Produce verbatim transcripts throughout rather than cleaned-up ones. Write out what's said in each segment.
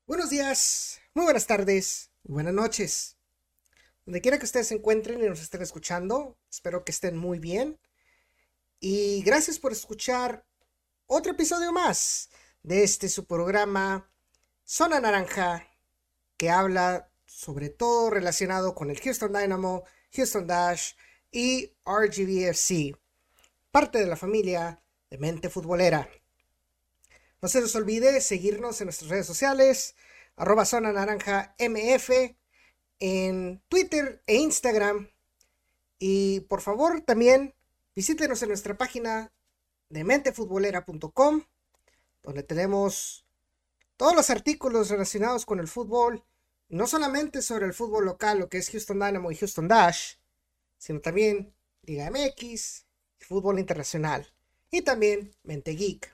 Buenos días, muy buenas tardes, muy buenas noches. Donde quiera que ustedes se encuentren y nos estén escuchando, espero que estén muy bien. Y gracias por escuchar otro episodio más de este su programa Zona Naranja, que habla sobre todo relacionado con el Houston Dynamo, Houston Dash y R G V F C, parte de la familia de Mente Futbolera. No se les olvide seguirnos en nuestras redes sociales, arroba Zona Naranja M F, en Twitter e Instagram. Y por favor también visítenos en nuestra página de mente futbolera punto com, donde tenemos todos los artículos relacionados con el fútbol, no solamente sobre el fútbol local, lo que es Houston Dynamo y Houston Dash, sino también Liga M X y fútbol internacional, y también Mente Geek.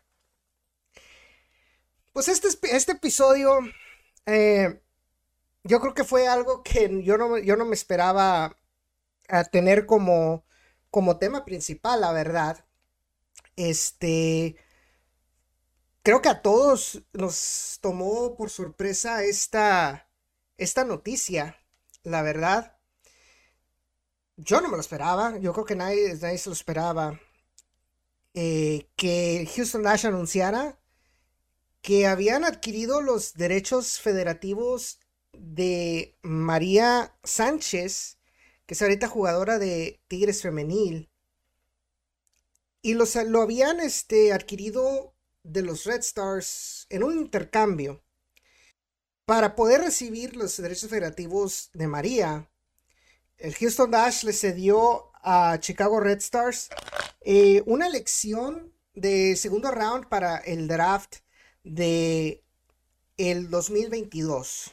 Pues este, este episodio, eh, yo creo que fue algo que yo no, yo no me esperaba a tener como, como tema principal, la verdad. Este, creo que a todos nos tomó por sorpresa esta, esta noticia, la verdad. Yo no me lo esperaba, yo creo que nadie, nadie se lo esperaba. Eh, que Houston Dash anunciara que habían adquirido los derechos federativos de María Sánchez, que es ahorita jugadora de Tigres Femenil, y los, lo habían este, adquirido de los Red Stars en un intercambio. Para poder recibir los derechos federativos de María, el Houston Dash le cedió a Chicago Red Stars eh, una elección de segundo round para el draft de el dos mil veintidós.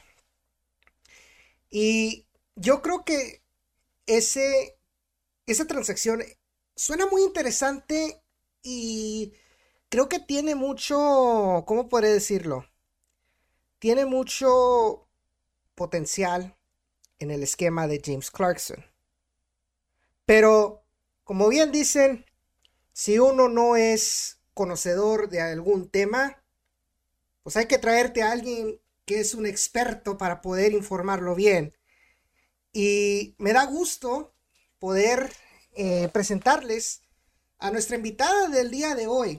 Y yo creo que ese, esa transacción suena muy interesante y creo que tiene mucho, ¿cómo podré decirlo? Tiene mucho potencial en el esquema de James Clarkson. Pero, como bien dicen, si uno no es conocedor de algún tema, pues hay que traerte a alguien que es un experto para poder informarlo bien. Y me da gusto poder eh, presentarles a nuestra invitada del día de hoy.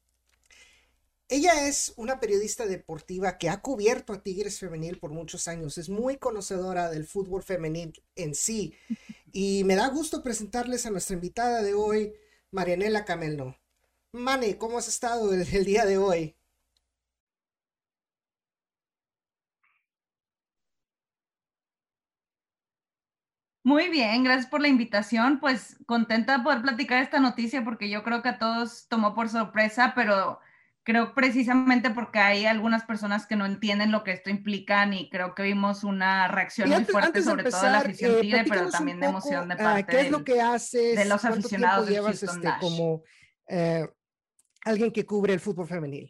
Ella es una periodista deportiva que ha cubierto a Tigres Femenil por muchos años. Es muy conocedora del fútbol femenil en sí. Y me da gusto presentarles a nuestra invitada de hoy, Marianela Camelno. Mane, ¿cómo has estado el, el día de hoy? Muy bien, gracias por la invitación. Pues contenta de poder platicar esta noticia porque yo creo que a todos tomó por sorpresa, pero creo precisamente porque hay algunas personas que no entienden lo que esto implica y creo que vimos una reacción Y muy antes, fuerte, antes de sobre todo de la empezar, afición eh, Tigre, pero platícanos un también de emoción poco de uh, parte qué es lo del, que de haces, los cuánto tiempo aficionados del llevas Houston este, Dash. como eh, alguien que cubre el fútbol femenil.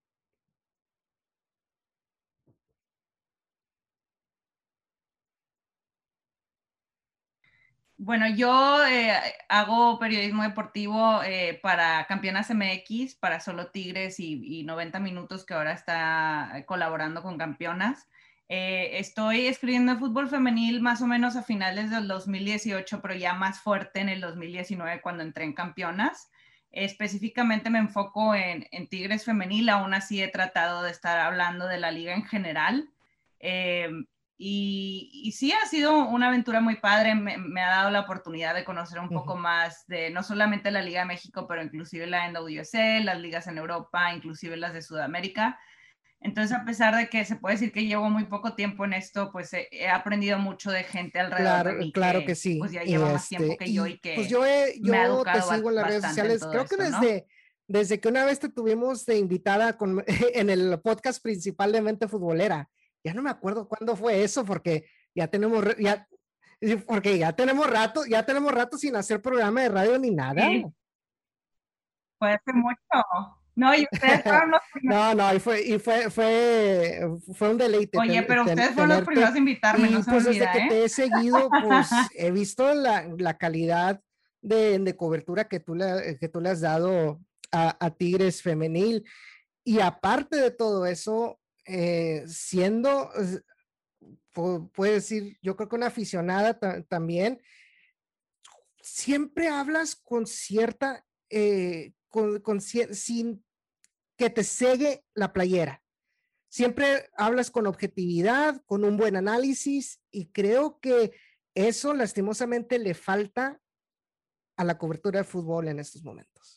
Bueno, yo eh, hago periodismo deportivo eh, para Campeonas M X, para Solo Tigres y, y noventa Minutos, que ahora está colaborando con Campeonas. Eh, estoy escribiendo fútbol femenil más o menos a finales del dos mil dieciocho, pero ya más fuerte en el dos mil diecinueve cuando entré en Campeonas. Específicamente me enfoco en, en Tigres femenil, aún así he tratado de estar hablando de la liga en general. Eh, y, y, sí, ha sido una aventura muy padre, me, me, ha dado la oportunidad de conocer un Uh -huh. poco más de no solamente la Liga de México, pero inclusive la N W S L, las ligas en Europa, inclusive las de Sudamérica. Entonces, a pesar de que se puede decir que llevo muy poco tiempo en esto, pues he, he aprendido mucho de gente alrededor de Claro, mí claro que que sí. pues ya Y lleva más tiempo este, que yo y y pues que yo he, me ha yo te educado sigo en las redes bastante en sociales. todo Creo que esto, ¿no? desde, desde que una vez te tuvimos de invitada con, en el podcast principal de Mente Futbolera. Ya no me acuerdo cuándo fue eso, porque ya tenemos, ya, porque ya tenemos rato, ya tenemos rato sin hacer programa de radio ni nada. Sí, puede ser mucho. No, y ustedes fueron los primeros. No, no, y fue, y fue, fue, fue un deleite Oye, ten, pero ten, ustedes fueron los tenerte. primeros a invitarme, no Y se me pues desde olvida, que ¿eh? te he seguido, pues he visto la, la calidad de, de cobertura que tú, le, que tú le has dado a, a Tigres Femenil. Y aparte de todo eso, eh, siendo, puede decir, yo creo que una aficionada también, siempre hablas con cierta, eh, con, con, sin que te cegue la playera. Siempre hablas con objetividad, con un buen análisis, y creo que eso lastimosamente le falta a la cobertura de fútbol en estos momentos.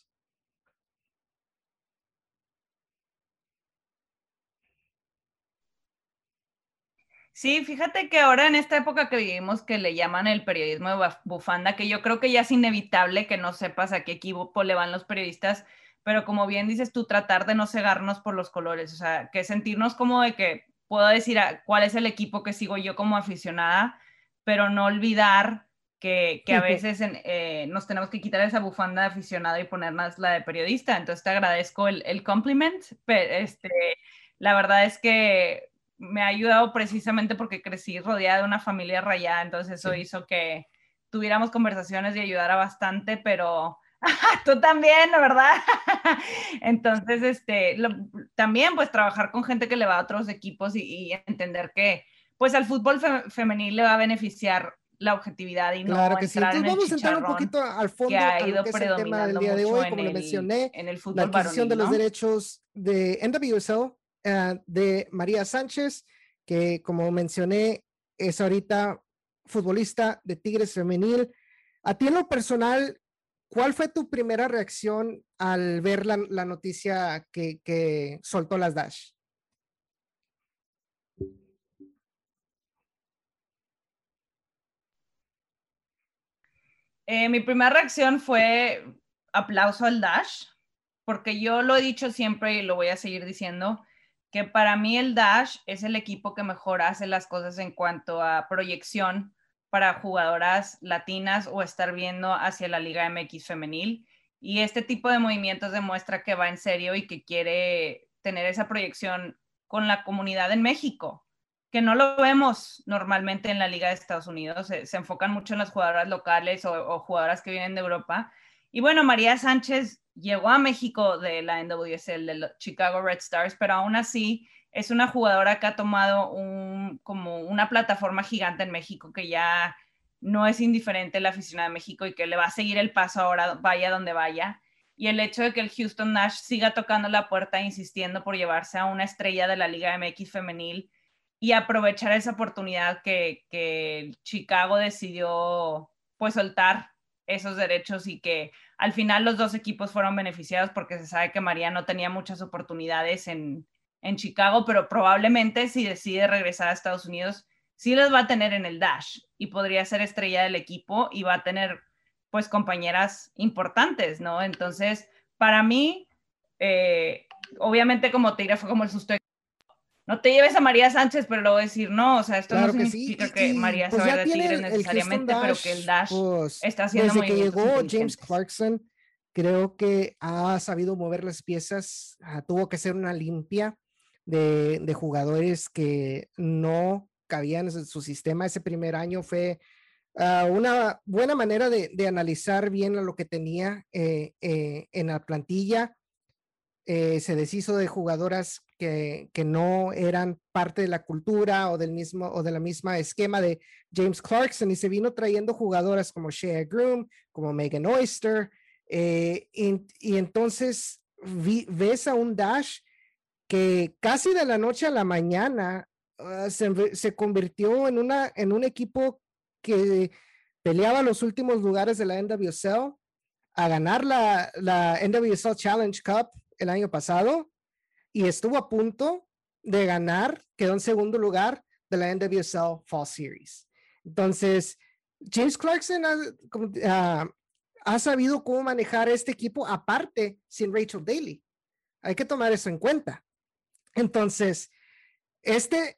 Sí, fíjate que ahora en esta época que vivimos, que le llaman el periodismo de bufanda, que yo creo que ya es inevitable que no sepas a qué equipo le van los periodistas, pero como bien dices tú, tratar de no cegarnos por los colores, o sea, que sentirnos como de que puedo decir a, cuál es el equipo que sigo yo como aficionada, pero no olvidar que, que a veces en, eh, nos tenemos que quitar esa bufanda de aficionado y ponernos la de periodista. Entonces te agradezco el, el compliment, pero este, la verdad es que me ha ayudado precisamente porque crecí rodeada de una familia rayada, entonces eso sí. hizo que tuviéramos conversaciones y ayudara bastante, pero tú también, la verdad. Entonces, este, lo, también pues trabajar con gente que le va a otros equipos y, y entender que pues al fútbol fe femenil le va a beneficiar la objetividad y claro no que entrar sí. Entonces en el vamos a entrar un poquito al fondo a lo que es el tema del día de hoy, como lo mencioné, en el la adquisición varonil, de los ¿no? derechos de N W S L uh, de María Sánchez, que como mencioné es ahorita futbolista de Tigres femenil. A ti en lo personal, ¿cuál fue tu primera reacción al ver la, la noticia que, que soltó las Dash? Eh, mi primera reacción fue aplauso al Dash, porque yo lo he dicho siempre y lo voy a seguir diciendo, que para mí el Dash es el equipo que mejor hace las cosas en cuanto a proyección para jugadoras latinas o estar viendo hacia la Liga M X femenil. Y este tipo de movimientos demuestra que va en serio y que quiere tener esa proyección con la comunidad en México, que no lo vemos normalmente en la Liga de Estados Unidos. Se, se enfocan mucho en las jugadoras locales o, o jugadoras que vienen de Europa. Y bueno, María Sánchez llegó a México de la N W S L, de los Chicago Red Stars, pero aún así es una jugadora que ha tomado un, como una plataforma gigante en México, que ya no es indiferente la aficionada de México y que le va a seguir el paso ahora, vaya donde vaya. Y el hecho de que el Houston Dash siga tocando la puerta, insistiendo por llevarse a una estrella de la Liga M X femenil y aprovechar esa oportunidad que, que Chicago decidió pues soltar esos derechos, y que al final los dos equipos fueron beneficiados porque se sabe que María no tenía muchas oportunidades en, en Chicago, pero probablemente si decide regresar a Estados Unidos, sí las va a tener en el Dash y podría ser estrella del equipo y va a tener pues compañeras importantes, ¿no? Entonces, para mí, eh, obviamente como Tigre fue como el susto de no te lleves a María Sánchez, pero luego decir, no, o sea, esto claro no que significa sí. que Y, y, María pues se vaya ya de tiene Tigres el, el necesariamente, Houston pero que el Dash pues, está haciendo desde que movimientos llegó James inteligentes. Clarkson, creo que ha sabido mover las piezas. Uh, tuvo que ser una limpia de, de jugadores que no cabían en su sistema. Ese primer año fue uh, una buena manera de, de analizar bien lo que tenía eh, eh, en la plantilla. Eh, se deshizo de jugadoras que, que no eran parte de la cultura o del mismo o de la misma esquema de James Clarkson, y se vino trayendo jugadoras como Shea Groom, como Megan Oyster, eh, y, y entonces vi, ves a un Dash que casi de la noche a la mañana uh, se, se convirtió en, una, en un equipo que peleaba los últimos lugares de la N W S L, a ganar la, la N W S L Challenge Cup el año pasado, y estuvo a punto de ganar, quedó en segundo lugar de la N W S L Fall Series. Entonces, James Clarkson ha, uh, ha sabido cómo manejar este equipo, aparte sin Rachel Daly. Hay que tomar eso en cuenta. Entonces, este,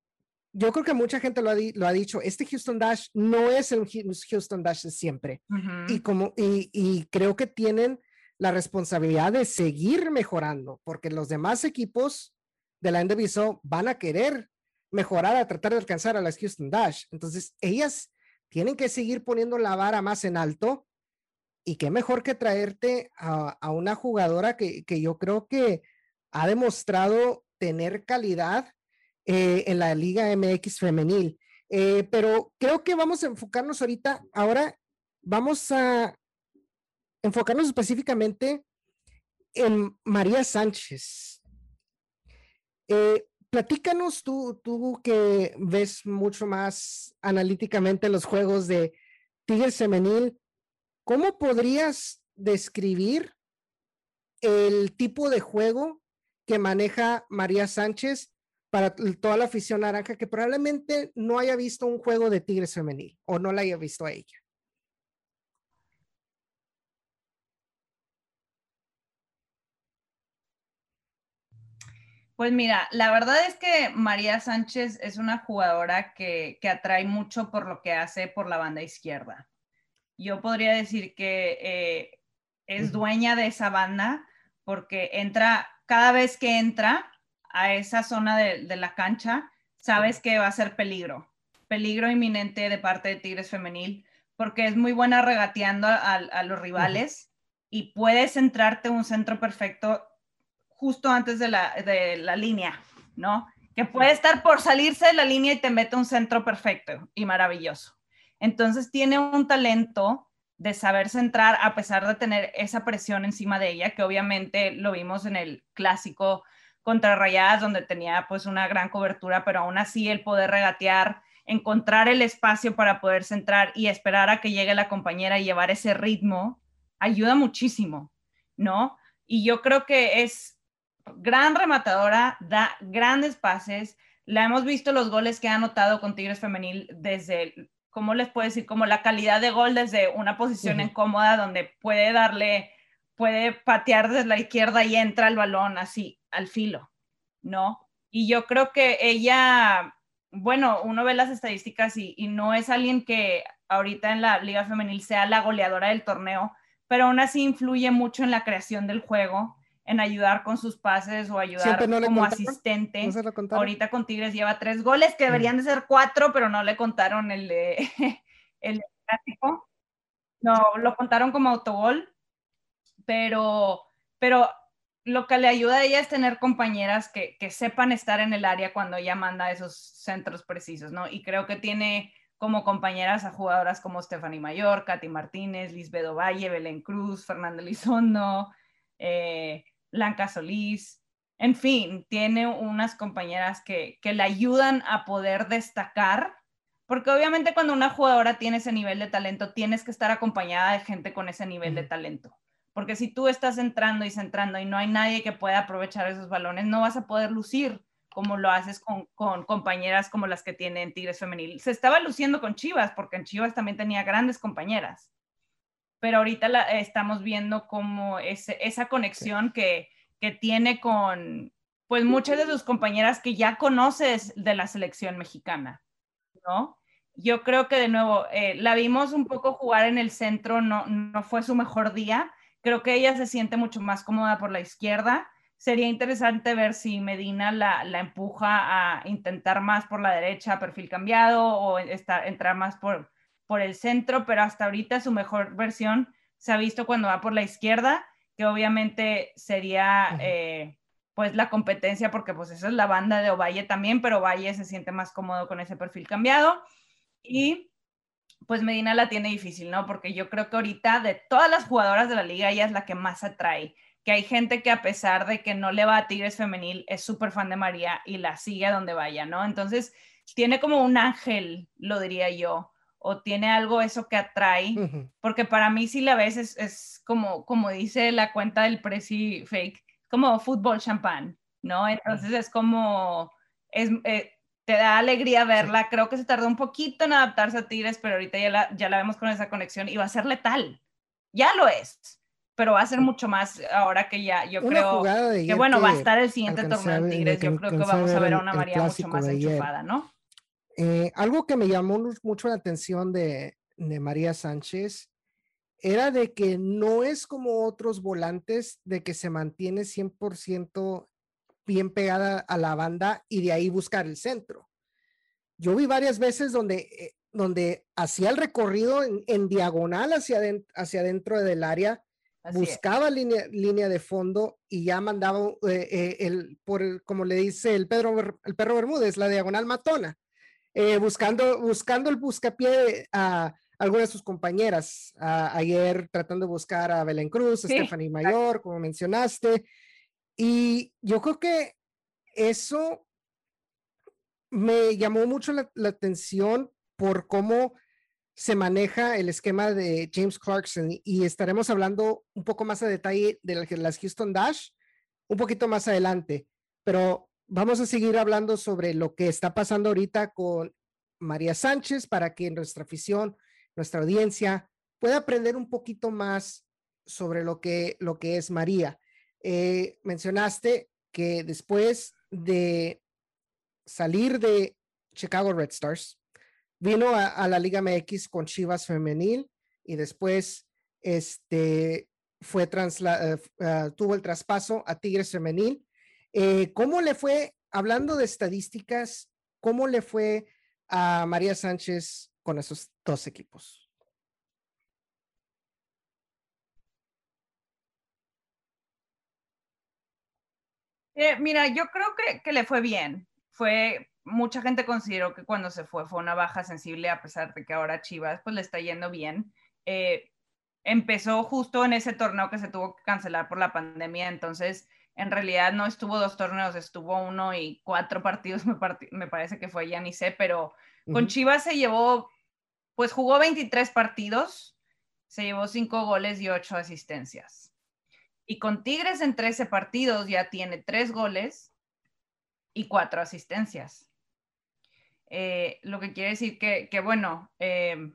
yo creo que mucha gente lo ha, lo ha dicho, este Houston Dash no es el Houston Dash de siempre. Uh-huh. Y, como, y, y creo que tienen la responsabilidad de seguir mejorando, porque los demás equipos de la N W S L van a querer mejorar, a tratar de alcanzar a las Houston Dash. Entonces, ellas tienen que seguir poniendo la vara más en alto, y qué mejor que traerte a, a una jugadora que, que yo creo que ha demostrado tener calidad eh, en la Liga M X femenil. Eh, pero creo que vamos a enfocarnos ahorita, ahora vamos a enfocarnos específicamente en María Sánchez. Eh, platícanos tú, tú que ves mucho más analíticamente los juegos de Tigres femenil, ¿cómo podrías describir el tipo de juego que maneja María Sánchez para toda la afición naranja que probablemente no haya visto un juego de Tigres femenil o no la haya visto a ella? Pues mira, la verdad es que María Sánchez es una jugadora que, que atrae mucho por lo que hace por la banda izquierda. Yo podría decir que eh, es dueña de esa banda porque entra, cada vez que entra a esa zona de, de la cancha, sabes que va a ser peligro, peligro inminente de parte de Tigres femenil, porque es muy buena regateando a, a los rivales y puedes centrarte un centro perfecto justo antes de la, de la línea, ¿no? Que puede estar por salirse de la línea y te mete un centro perfecto y maravilloso. Entonces tiene un talento de saber centrar a pesar de tener esa presión encima de ella, que obviamente lo vimos en el clásico contra Rayadas, donde tenía pues una gran cobertura, pero aún así el poder regatear, encontrar el espacio para poder centrar y esperar a que llegue la compañera y llevar ese ritmo, ayuda muchísimo, ¿no? Y yo creo que es gran rematadora, da grandes pases. La hemos visto los goles que ha anotado con Tigres femenil desde, ¿cómo les puedo decir? Como la calidad de gol desde una posición uh-huh. incómoda donde puede darle, puede patear desde la izquierda y entra el balón así al filo, ¿no? Y yo creo que ella, bueno, uno ve las estadísticas y, y no es alguien que ahorita en la Liga Femenil sea la goleadora del torneo, pero aún así influye mucho en la creación del juego, en ayudar con sus pases o ayudar no como asistente. ¿No ahorita con Tigres lleva tres goles, que deberían de ser cuatro, pero no le contaron el de el clásico. No, lo contaron como autogol, pero, pero lo que le ayuda a ella es tener compañeras que, que sepan estar en el área cuando ella manda esos centros precisos, ¿no? Y creo que tiene como compañeras a jugadoras como Stephanie Mayor, Katy Martínez, Lisbeth Ovalle, Belén Cruz, Fernanda Elizondo, eh, Blanca Solís, en fin, tiene unas compañeras que, que le ayudan a poder destacar, porque obviamente cuando una jugadora tiene ese nivel de talento, tienes que estar acompañada de gente con ese nivel uh-huh. de talento, porque si tú estás entrando y centrando y no hay nadie que pueda aprovechar esos balones, no vas a poder lucir como lo haces con, con compañeras como las que tiene en Tigres femenil. Se estaba luciendo con Chivas, porque en Chivas también tenía grandes compañeras, pero ahorita la, estamos viendo como ese, esa conexión que, que tiene con pues muchas de sus compañeras que ya conoces de la selección mexicana, ¿no? Yo creo que de nuevo, eh, la vimos un poco jugar en el centro, no, no fue su mejor día, creo que ella se siente mucho más cómoda por la izquierda. Sería interesante ver si Medina la, la empuja a intentar más por la derecha, perfil cambiado, o estar, entrar más por, por el centro, pero hasta ahorita su mejor versión se ha visto cuando va por la izquierda, que obviamente sería uh-huh. eh, pues la competencia, porque pues esa es la banda de Ovalle también, pero Ovalle se siente más cómodo con ese perfil cambiado, y pues Medina la tiene difícil, ¿no? Porque yo creo que ahorita de todas las jugadoras de la liga, ella es la que más atrae, que hay gente que a pesar de que no le va a Tigres femenil, es súper fan de María y la sigue a donde vaya, ¿no? Entonces, tiene como un ángel, lo diría yo, o tiene algo eso que atrae, uh-huh. porque para mí si la ves es, es como, como dice la cuenta del Prezi Fake, como fútbol champán, ¿no? Entonces es como, es, eh, te da alegría verla, sí. Creo que se tardó un poquito en adaptarse a Tigres, pero ahorita ya la, ya la vemos con esa conexión y va a ser letal, ya lo es. Pero va a ser mucho más ahora que ya, yo Una creo que, bueno, va a estar el siguiente torneo en Tigres. Yo creo que vamos a ver a una María mucho más enchufada, ¿no? Eh, algo que me llamó mucho la atención de, de María Sánchez era de que no es como otros volantes, de que se mantiene cien por ciento bien pegada a la banda y de ahí buscar el centro. Yo vi varias veces donde, eh, donde hacía el recorrido en, en diagonal hacia, adent- hacia dentro del área Así es. buscaba línea, línea de fondo y ya mandaba eh, eh, el, por el, como le dice el, Pedro, el perro Bermúdez, la diagonal matona, eh, buscando, buscando el buscapié a algunas de sus compañeras. A, ayer tratando de buscar a Belén Cruz, a Sí, Stephanie Mayor, como mencionaste. Y yo creo que eso me llamó mucho la, la atención por cómo se maneja el esquema de James Clarkson y estaremos hablando un poco más a detalle de las Houston Dash un poquito más adelante, pero vamos a seguir hablando sobre lo que está pasando ahorita con María Sánchez para que nuestra afición, nuestra audiencia pueda aprender un poquito más sobre lo que, lo que es María. Eh, mencionaste que después de salir de Chicago Red Stars, vino a, a la Liga M X con Chivas Femenil y después este, fue transla, uh, uh, tuvo el traspaso a Tigres Femenil. Eh, ¿Cómo le fue, hablando de estadísticas, cómo le fue a María Sánchez con esos dos equipos? Eh, mira, yo creo que, que le fue bien. Fue, mucha gente consideró que cuando se fue fue una baja sensible, a pesar de que ahora Chivas pues le está yendo bien. Eh, empezó justo en ese torneo que se tuvo que cancelar por la pandemia, entonces en realidad no estuvo dos torneos, estuvo uno y cuatro partidos, me, part me parece que fue, ya ni sé, pero con uh -huh. Chivas se llevó, pues jugó veintitrés partidos, se llevó cinco goles y ocho asistencias. Y con Tigres en trece partidos ya tiene tres goles y cuatro asistencias. Eh, lo que quiere decir que, que bueno, eh,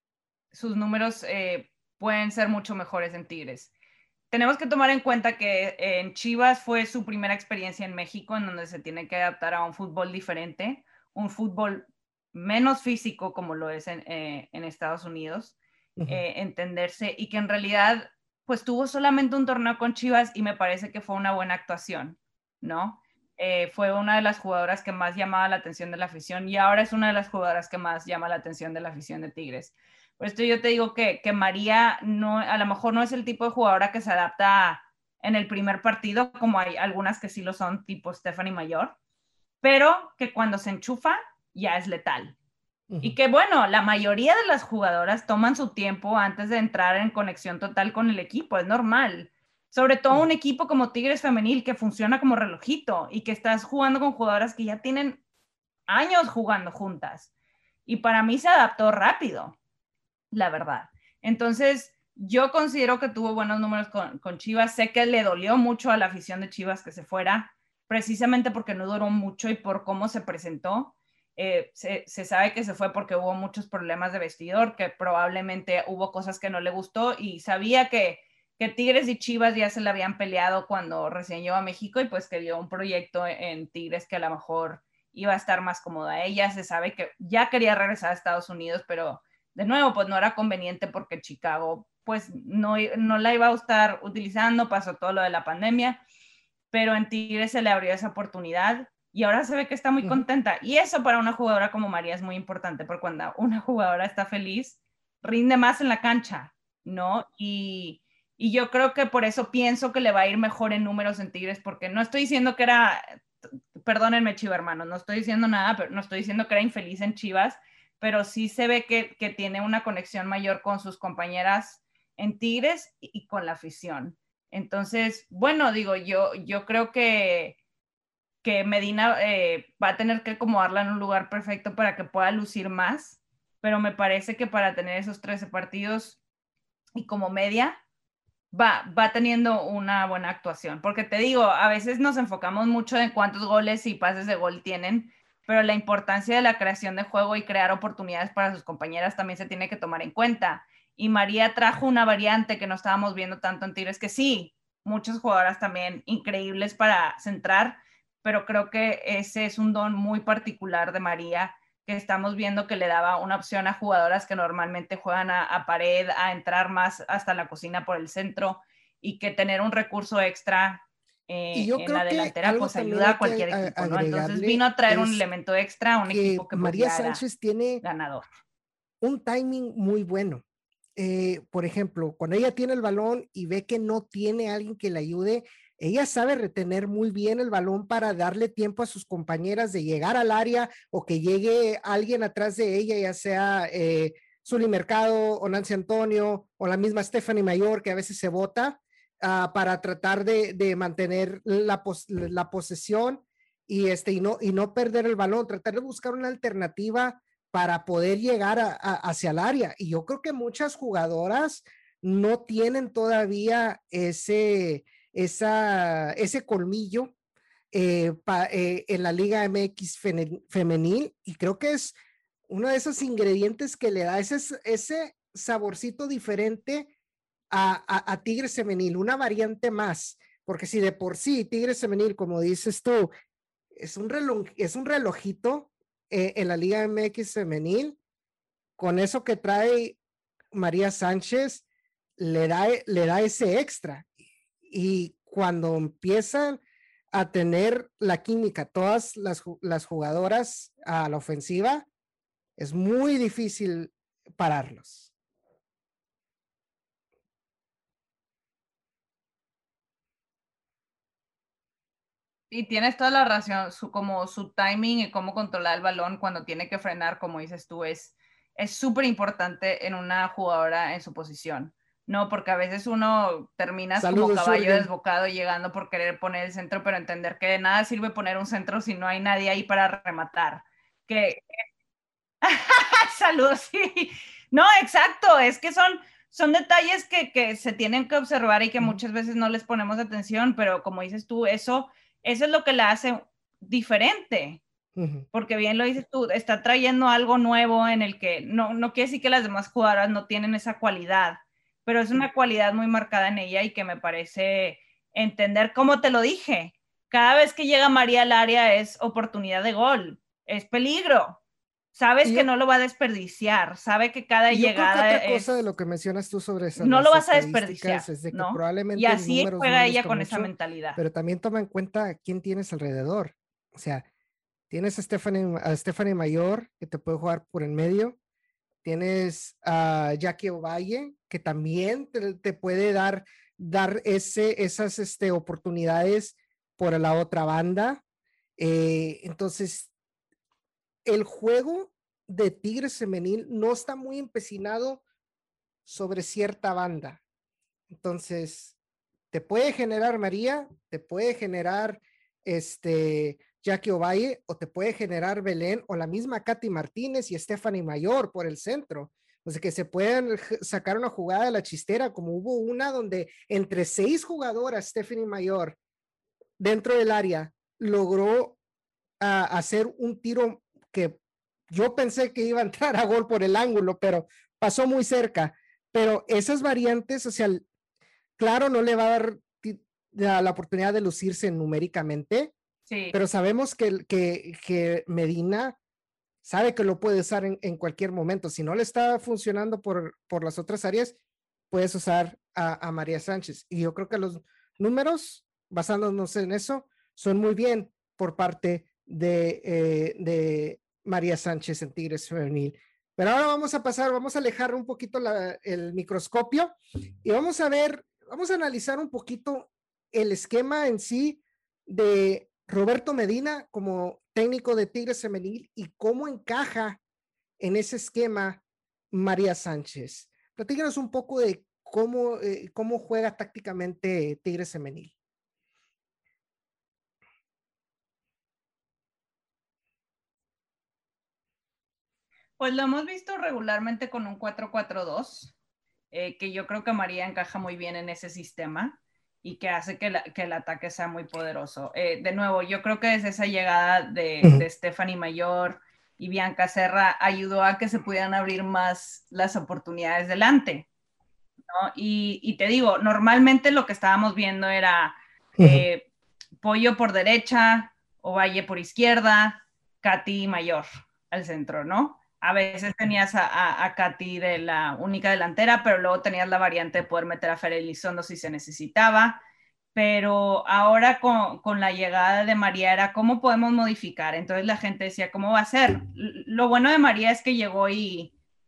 sus números eh, pueden ser mucho mejores en Tigres. Tenemos que tomar en cuenta que en Chivas fue su primera experiencia en México, en donde se tiene que adaptar a un fútbol diferente, un fútbol menos físico como lo es en, eh, en Estados Unidos, uh-huh. eh, entenderse, y que en realidad pues tuvo solamente un torneo con Chivas y me parece que fue una buena actuación, ¿no? Eh, fue una de las jugadoras que más llamaba la atención de la afición y ahora es una de las jugadoras que más llama la atención de la afición de Tigres. Por esto yo te digo que, que María no, a lo mejor no es el tipo de jugadora que se adapta en el primer partido, como hay algunas que sí lo son, tipo Stephanie Mayor, pero que cuando se enchufa ya es letal. Uh-huh. Y que bueno, la mayoría de las jugadoras toman su tiempo antes de entrar en conexión total con el equipo, es normal. Sobre todo un equipo como Tigres Femenil que funciona como relojito y que estás jugando con jugadoras que ya tienen años jugando juntas. Y para mí se adaptó rápido, la verdad. Entonces, yo considero que tuvo buenos números con, con Chivas. Sé que le dolió mucho a la afición de Chivas que se fuera, precisamente porque no duró mucho y por cómo se presentó. Eh, se, se sabe que se fue porque hubo muchos problemas de vestidor, que probablemente hubo cosas que no le gustó y sabía que, que Tigres y Chivas ya se le habían peleado cuando recién llegó a México y pues que dio un proyecto en Tigres que a lo mejor iba a estar más cómoda. Ella se sabe que ya quería regresar a Estados Unidos, pero de nuevo, pues no era conveniente porque Chicago pues no, no la iba a estar utilizando, pasó todo lo de la pandemia, pero en Tigres se le abrió esa oportunidad y ahora se ve que está muy contenta. Y eso para una jugadora como María es muy importante, porque cuando una jugadora está feliz, rinde más en la cancha, ¿no? Y, y yo creo que por eso pienso que le va a ir mejor en números en Tigres, porque no estoy diciendo que era, perdónenme Chiva hermano, no estoy diciendo nada, pero no estoy diciendo que era infeliz en Chivas, pero sí se ve que, que tiene una conexión mayor con sus compañeras en Tigres y, y con la afición. Entonces, bueno, digo, yo, yo creo que, que Medina eh, va a tener que acomodarla en un lugar perfecto para que pueda lucir más, pero me parece que para tener esos trece partidos y como media, va, va teniendo una buena actuación. Porque te digo, a veces nos enfocamos mucho en cuántos goles y pases de gol tienen, pero la importancia de la creación de juego y crear oportunidades para sus compañeras también se tiene que tomar en cuenta. Y María trajo una variante que no estábamos viendo tanto en Tigres, que sí, muchas jugadoras también increíbles para centrar, pero creo que ese es un don muy particular de María, que estamos viendo que le daba una opción a jugadoras que normalmente juegan a, a pared, a entrar más hasta la cocina por el centro, y que tener un recurso extra eh, y yo en creo la que delantera pues ayuda a cualquier equipo, ¿no? Entonces vino a traer un elemento extra a un que equipo que María pues ya Sánchez tiene ganador. Un timing muy bueno. eh, por ejemplo, cuando ella tiene el balón y ve que no tiene alguien que le ayude, ella sabe retener muy bien el balón para darle tiempo a sus compañeras de llegar al área o que llegue alguien atrás de ella, ya sea eh, Zully Mercado o Nancy Antonio o la misma Stephanie Mayor, que a veces se bota uh, para tratar de, de mantener la, pos la posesión y, este, y, no, y no perder el balón, tratar de buscar una alternativa para poder llegar a, a, hacia el área. Y yo creo que muchas jugadoras no tienen todavía ese, esa, ese colmillo eh, pa, eh, en la Liga M X femenil, y creo que es uno de esos ingredientes que le da ese, ese saborcito diferente a, a, a Tigres femenil, una variante más, porque si de por sí Tigres femenil, como dices tú, es un, reloj, es un relojito eh, en la Liga M X femenil, con eso que trae María Sánchez, le da, le da ese extra. Y cuando empiezan a tener la química, todas las, las jugadoras a la ofensiva, es muy difícil pararlos. Y tienes toda la razón, su, como su timing y cómo controlar el balón cuando tiene que frenar, como dices tú, es súper importante en una jugadora en su posición. No, porque a veces uno terminas Saludos, como caballo Jürgen. Desbocado llegando por querer poner el centro, pero entender que de nada sirve poner un centro si no hay nadie ahí para rematar. Que... Saludos, sí. No, exacto, es que son, son detalles que, que se tienen que observar y que muchas veces no les ponemos atención, pero como dices tú, eso, eso es lo que la hace diferente. Uh-huh. Porque bien lo dices tú, está trayendo algo nuevo en el que no, no quiere decir que las demás jugadoras no tienen esa cualidad, pero es una cualidad muy marcada en ella y que me parece entender, como te lo dije, cada vez que llega María al área es oportunidad de gol, es peligro. Sabes yo, que no lo va a desperdiciar, sabe que cada y llegada yo creo que otra es... cosa de lo que mencionas tú sobre eso, no lo vas a desperdiciar, es de que ¿no? probablemente y así números juega no ella con mucho, esa mentalidad. Pero también toma en cuenta quién tienes alrededor. O sea, tienes a Stephanie, a Stephanie Mayor, que te puede jugar por en medio. Tienes a Jackie Ovalle, que también te, te puede dar, dar ese, esas este, oportunidades por la otra banda. Eh, entonces, el juego de Tigres femenil no está muy empecinado sobre cierta banda. Entonces, te puede generar María, te puede generar este Jackie Ovalle, o te puede generar Belén, o la misma Katy Martínez y Stephanie Mayor por el centro. O sea, que se pueden sacar una jugada de la chistera, como hubo una donde entre seis jugadoras, Stephanie Mayor, dentro del área, logró uh, hacer un tiro que yo pensé que iba a entrar a gol por el ángulo, pero pasó muy cerca. Pero esas variantes, o sea, claro, no le va a dar la, la oportunidad de lucirse numéricamente, sí. Pero sabemos que, que, que Medina sabe que lo puede usar en, en cualquier momento. Si no le está funcionando por, por las otras áreas, puedes usar a, a María Sánchez. Y yo creo que los números, basándonos en eso, son muy bien por parte de, eh, de María Sánchez en Tigres Femenil. Pero ahora vamos a pasar, vamos a alejar un poquito la, el microscopio y vamos a ver, vamos a analizar un poquito el esquema en sí de Roberto Medina como técnico de Tigres Femenil y cómo encaja en ese esquema María Sánchez. Platícanos un poco de cómo, eh, cómo juega tácticamente Tigres Femenil. Pues lo hemos visto regularmente con un cuatro cuatro dos, eh, que yo creo que María encaja muy bien en ese sistema y que hace que, la, que el ataque sea muy poderoso. Eh, de nuevo, yo creo que desde esa llegada de, uh-huh. de Stephanie Mayor y Bianca Serra ayudó a que se pudieran abrir más las oportunidades delante, ¿no? Y, y te digo, normalmente lo que estábamos viendo era eh, uh-huh. Pollo por derecha, Ovalle por izquierda, Katy Mayor al centro, ¿no? A veces tenías a, a, a Katy de la única delantera, pero luego tenías la variante de poder meter a Fer Elizondo si se necesitaba. Pero ahora con, con la llegada de María era cómo podemos modificar. Entonces la gente decía, ¿cómo va a ser? Lo bueno de María es que llegó y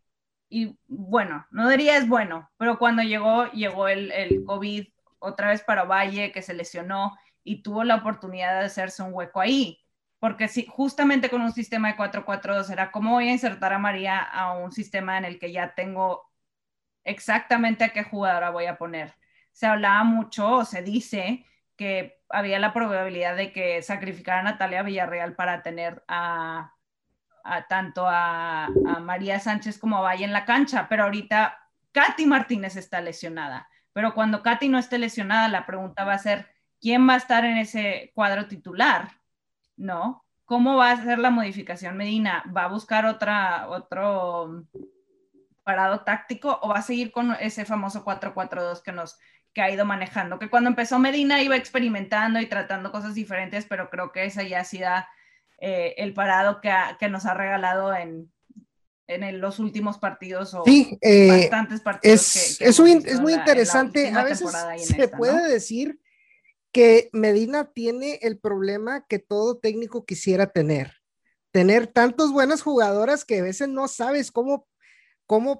y bueno, no diría es bueno, pero cuando llegó, llegó el, el COVID otra vez para Valle, que se lesionó y tuvo la oportunidad de hacerse un hueco ahí. Porque si, justamente con un sistema de cuatro cuatro dos era cómo voy a insertar a María a un sistema en el que ya tengo exactamente a qué jugadora voy a poner. Se hablaba mucho, o se dice, que había la probabilidad de que sacrificara a Natalia Villarreal para tener a, a tanto a, a, María Sánchez como a Valle en la cancha, pero ahorita Katy Martínez está lesionada. Pero cuando Katy no esté lesionada, la pregunta va a ser, ¿quién va a estar en ese cuadro titular? ¿No? ¿Cómo va a ser la modificación Medina? ¿Va a buscar otra, otro parado táctico o va a seguir con ese famoso cuatro cuatro dos que nos que ha ido manejando? Que cuando empezó Medina iba experimentando y tratando cosas diferentes, pero creo que esa ya ha sido eh, el parado que, ha, que, nos ha regalado en, en el, los últimos partidos o sí, eh, bastantes partidos es, que, que es, hemos muy, visto es en muy la, en la interesante. A última veces temporada y en se esta, puede ¿no? decir que Medina tiene el problema que todo técnico quisiera tener. Tener tantas buenas jugadoras que a veces no sabes cómo, cómo,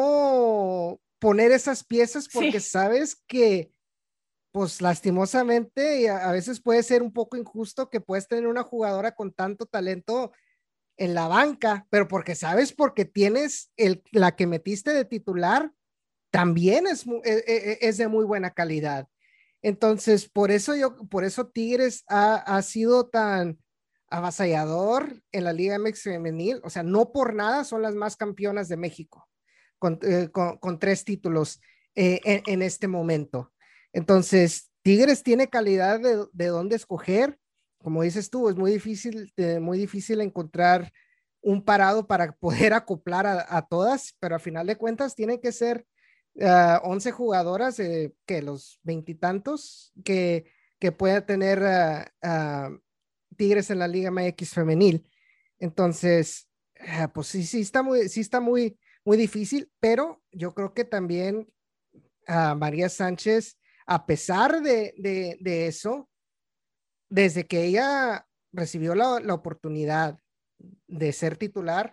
cómo poner esas piezas porque Sí. sabes que, pues lastimosamente, a, a veces puede ser un poco injusto que puedes tener una jugadora con tanto talento en la banca, pero porque sabes, porque tienes el, la que metiste de titular, también es, es, e, e, es de muy buena calidad. Entonces, por eso yo, por eso Tigres ha, ha sido tan avasallador en la Liga M X femenil, o sea, no por nada son las más campeonas de México, con, eh, con, con tres títulos eh, en, en, este momento. Entonces, Tigres tiene calidad de, de dónde escoger, como dices tú, es muy difícil, eh, muy difícil encontrar un parado para poder acoplar a, a todas, pero a final de cuentas tienen que ser uh, once jugadoras, eh, que los veintitantos que, que pueda tener uh, uh, Tigres en la Liga M X femenil. Entonces, uh, pues sí, sí está muy, sí está muy, muy difícil, pero yo creo que también uh, María Sánchez, a pesar de, de, de eso, desde que ella recibió la, la oportunidad de ser titular,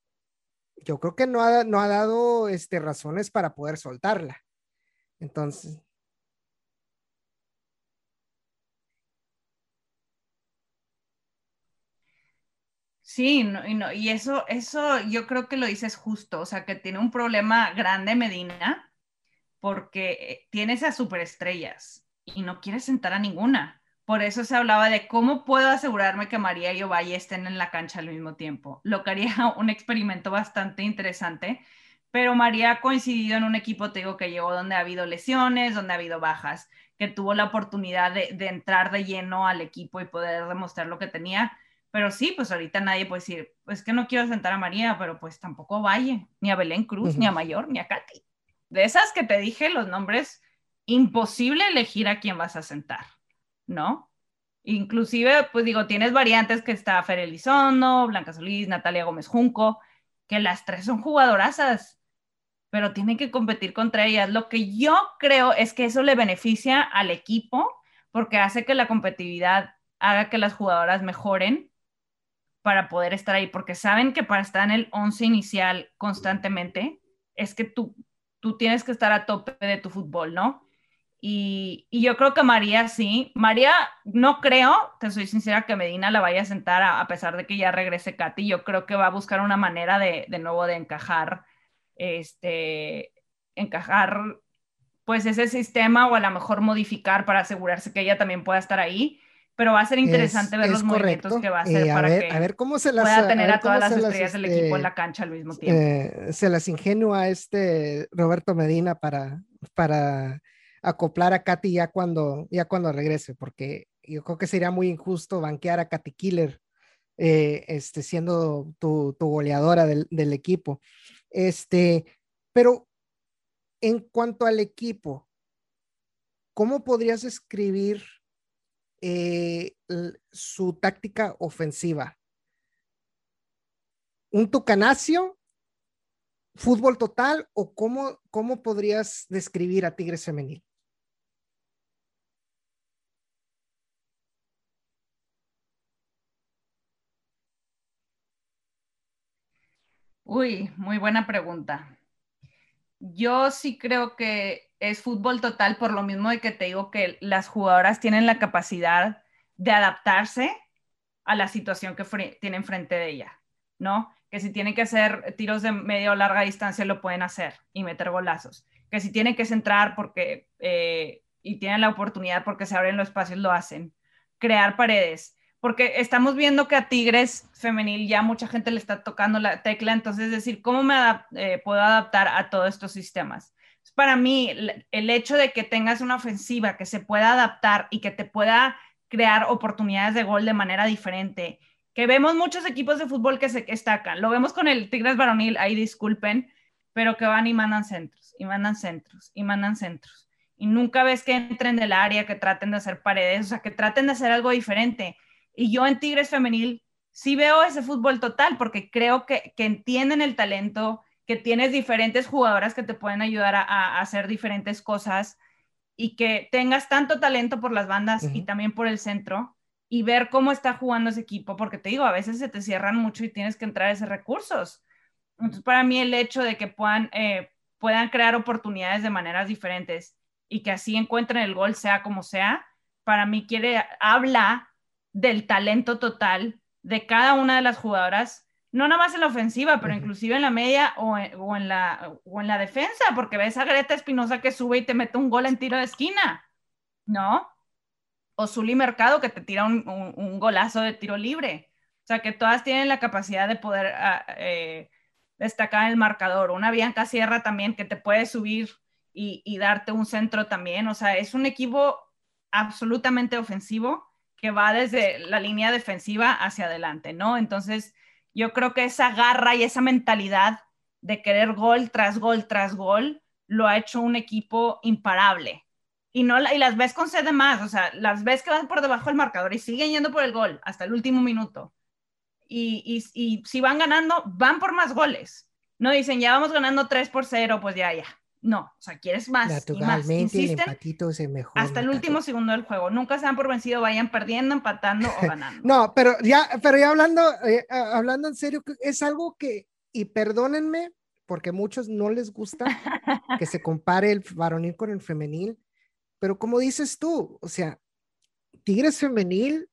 yo creo que no ha, no ha dado este, razones para poder soltarla. Entonces. Sí, no, y, no, y eso, eso yo creo que lo dices justo, o sea, que tiene un problema grande Medina, porque tienes a superestrellas y no quieres sentar a ninguna. Por eso se hablaba de cómo puedo asegurarme que María y Ovalle estén en la cancha al mismo tiempo, lo que haría un experimento bastante interesante, pero María ha coincidido en un equipo, te digo, que llegó donde ha habido lesiones, donde ha habido bajas, que tuvo la oportunidad de, de entrar de lleno al equipo y poder demostrar lo que tenía. Pero sí, pues ahorita nadie puede decir, pues que no quiero sentar a María, pero pues tampoco a Valle, ni a Belén Cruz, ni a Uh-huh. Mayor, ni a Katy. De esas que te dije, los nombres, imposible elegir a quién vas a sentar, ¿no? Inclusive, pues digo, tienes variantes que está Fer Elizondo, Blanca Solís, Natalia Gómez Junco, que las tres son jugadorazas, pero tienen que competir contra ellas. Lo que yo creo es que eso le beneficia al equipo porque hace que la competitividad haga que las jugadoras mejoren para poder estar ahí, porque saben que para estar en el once inicial constantemente es que tú, tú tienes que estar a tope de tu fútbol, ¿no? Y, y, yo creo que María sí. María, no creo, te soy sincera, que Medina la vaya a sentar a, a pesar de que ya regrese Katy. Yo creo que va a buscar una manera de, de nuevo de encajar, este, encajar pues ese sistema o a lo mejor modificar para asegurarse que ella también pueda estar ahí. Pero va a ser Es, interesante ver es los movimientos que correcto. va a Eh, hacer a para ver, a que ver cómo se las, pueda a tener ver a todas cómo las se las, estrellas del equipo en este, la cancha al mismo tiempo. eh, se las ingenua este Roberto Medina para, para acoplar a Katy ya cuando, ya cuando regrese, porque yo creo que sería muy injusto banquear a Katy Killer, eh, este, siendo tu, tu goleadora del, del equipo. Este, pero en cuanto al equipo, ¿cómo podrías escribir eh, su táctica ofensiva? ¿Un tucanacio, fútbol total o cómo, cómo podrías describir a Tigres Femenil? Uy, muy buena pregunta. Yo sí creo que es fútbol total por lo mismo de que te digo que las jugadoras tienen la capacidad de adaptarse a la situación que fre- tienen frente de ella, ¿no? Que si tienen que hacer tiros de media o larga distancia lo pueden hacer y meter golazos. Que si tienen que centrar porque eh, y tienen la oportunidad porque se abren los espacios lo hacen. Crear paredes. Porque estamos viendo que a Tigres femenil ya mucha gente le está tocando la tecla, entonces es decir, ¿cómo me adap eh, puedo adaptar a todos estos sistemas? Para mí, el hecho de que tengas una ofensiva que se pueda adaptar y que te pueda crear oportunidades de gol de manera diferente, que vemos muchos equipos de fútbol que se destacan, lo vemos con el Tigres varonil, ahí disculpen, pero que van y mandan centros, y mandan centros, y mandan centros, y nunca ves que entren del área, que traten de hacer paredes, o sea, que traten de hacer algo diferente, y yo en Tigres femenil sí veo ese fútbol total, porque creo que, que entienden el talento, que tienes diferentes jugadoras que te pueden ayudar a, a hacer diferentes cosas, y que tengas tanto talento por las bandas y Ujú. también por el centro y ver cómo está jugando ese equipo, porque te digo, a veces se te cierran mucho y tienes que entrar a esos recursos. Entonces, para mí el hecho de que puedan, eh, puedan crear oportunidades de maneras diferentes y que así encuentren el gol, sea como sea, para mí quiere, habla del talento total de cada una de las jugadoras, no nada más en la ofensiva, pero Ujú. inclusive en la media o en, o en, la, o en la defensa, porque ves a Greta Espinosa que sube y te mete un gol en tiro de esquina, ¿no? O Zully Mercado que te tira un, un, un golazo de tiro libre. O sea, que todas tienen la capacidad de poder uh, eh, destacar el marcador. Una Bianca Sierra también que te puede subir y, y darte un centro también. O sea, es un equipo absolutamente ofensivo que va desde la línea defensiva hacia adelante, ¿no? Entonces, yo creo que esa garra y esa mentalidad de querer gol tras gol tras gol lo ha hecho un equipo imparable. Y, no, y las ves con sed de más, o sea, las ves que van por debajo del marcador y siguen yendo por el gol hasta el último minuto. Y, y, y si van ganando, van por más goles. No dicen, ya vamos ganando tres por cero, pues ya, ya. No, o sea, quieres más y más. Naturalmente el Insisten empatito es el mejor hasta el último marcador. segundo del juego. Nunca se dan por vencido, vayan perdiendo, empatando o ganando. No, pero ya, pero ya hablando, eh, hablando en serio, es algo que, y perdónenme, porque a muchos no les gusta que se compare el varonil con el femenil, pero como dices tú, o sea, Tigres femenil,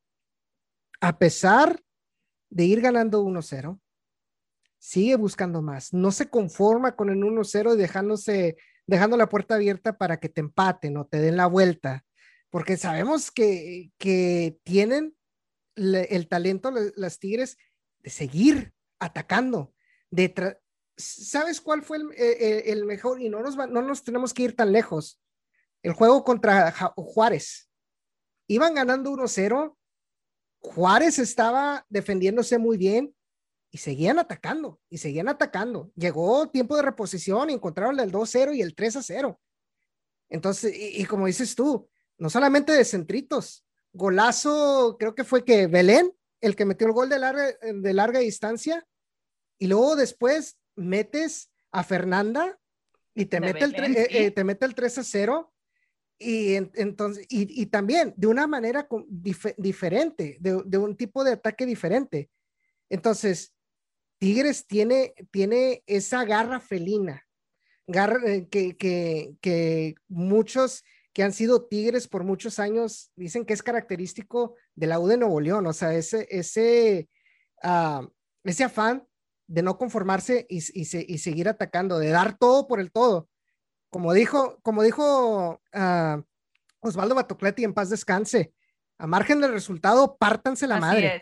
a pesar de ir ganando uno cero, sigue buscando más, no se conforma con el uno cero y dejándose, dejando la puerta abierta para que te empaten o te den la vuelta, porque sabemos que, que tienen le, el talento, le, las Tigres, de seguir atacando, de tra- ¿sabes cuál fue el, el, el mejor? Y no nos, va, no nos tenemos que ir tan lejos. El juego contra Juárez. Iban ganando uno cero, Juárez estaba defendiéndose muy bien y seguían atacando, y seguían atacando. Llegó tiempo de reposición y encontraron el dos cero y el tres a cero. Entonces, y, y como dices tú, no solamente de centritos, golazo, creo que fue que Belén, el que metió el gol de larga, de larga distancia, y luego después metes a Fernanda y te De mete el, Belén, eh, eh, sí. te mete el tres a cero. Y, en, entonces, y, y, también de una manera dif diferente, de, de, un tipo de ataque diferente. Entonces, Tigres tiene, tiene esa garra felina, garra, eh, que, que, que muchos que han sido Tigres por muchos años dicen que es característico de la U de Nuevo León, o sea, ese, ese, uh, ese afán de no conformarse y, y, se, y, seguir atacando, de dar todo por el todo. Como dijo, como dijo uh, Osvaldo Batocletti, en paz descanse, a margen del resultado, pártanse la Así madre. es.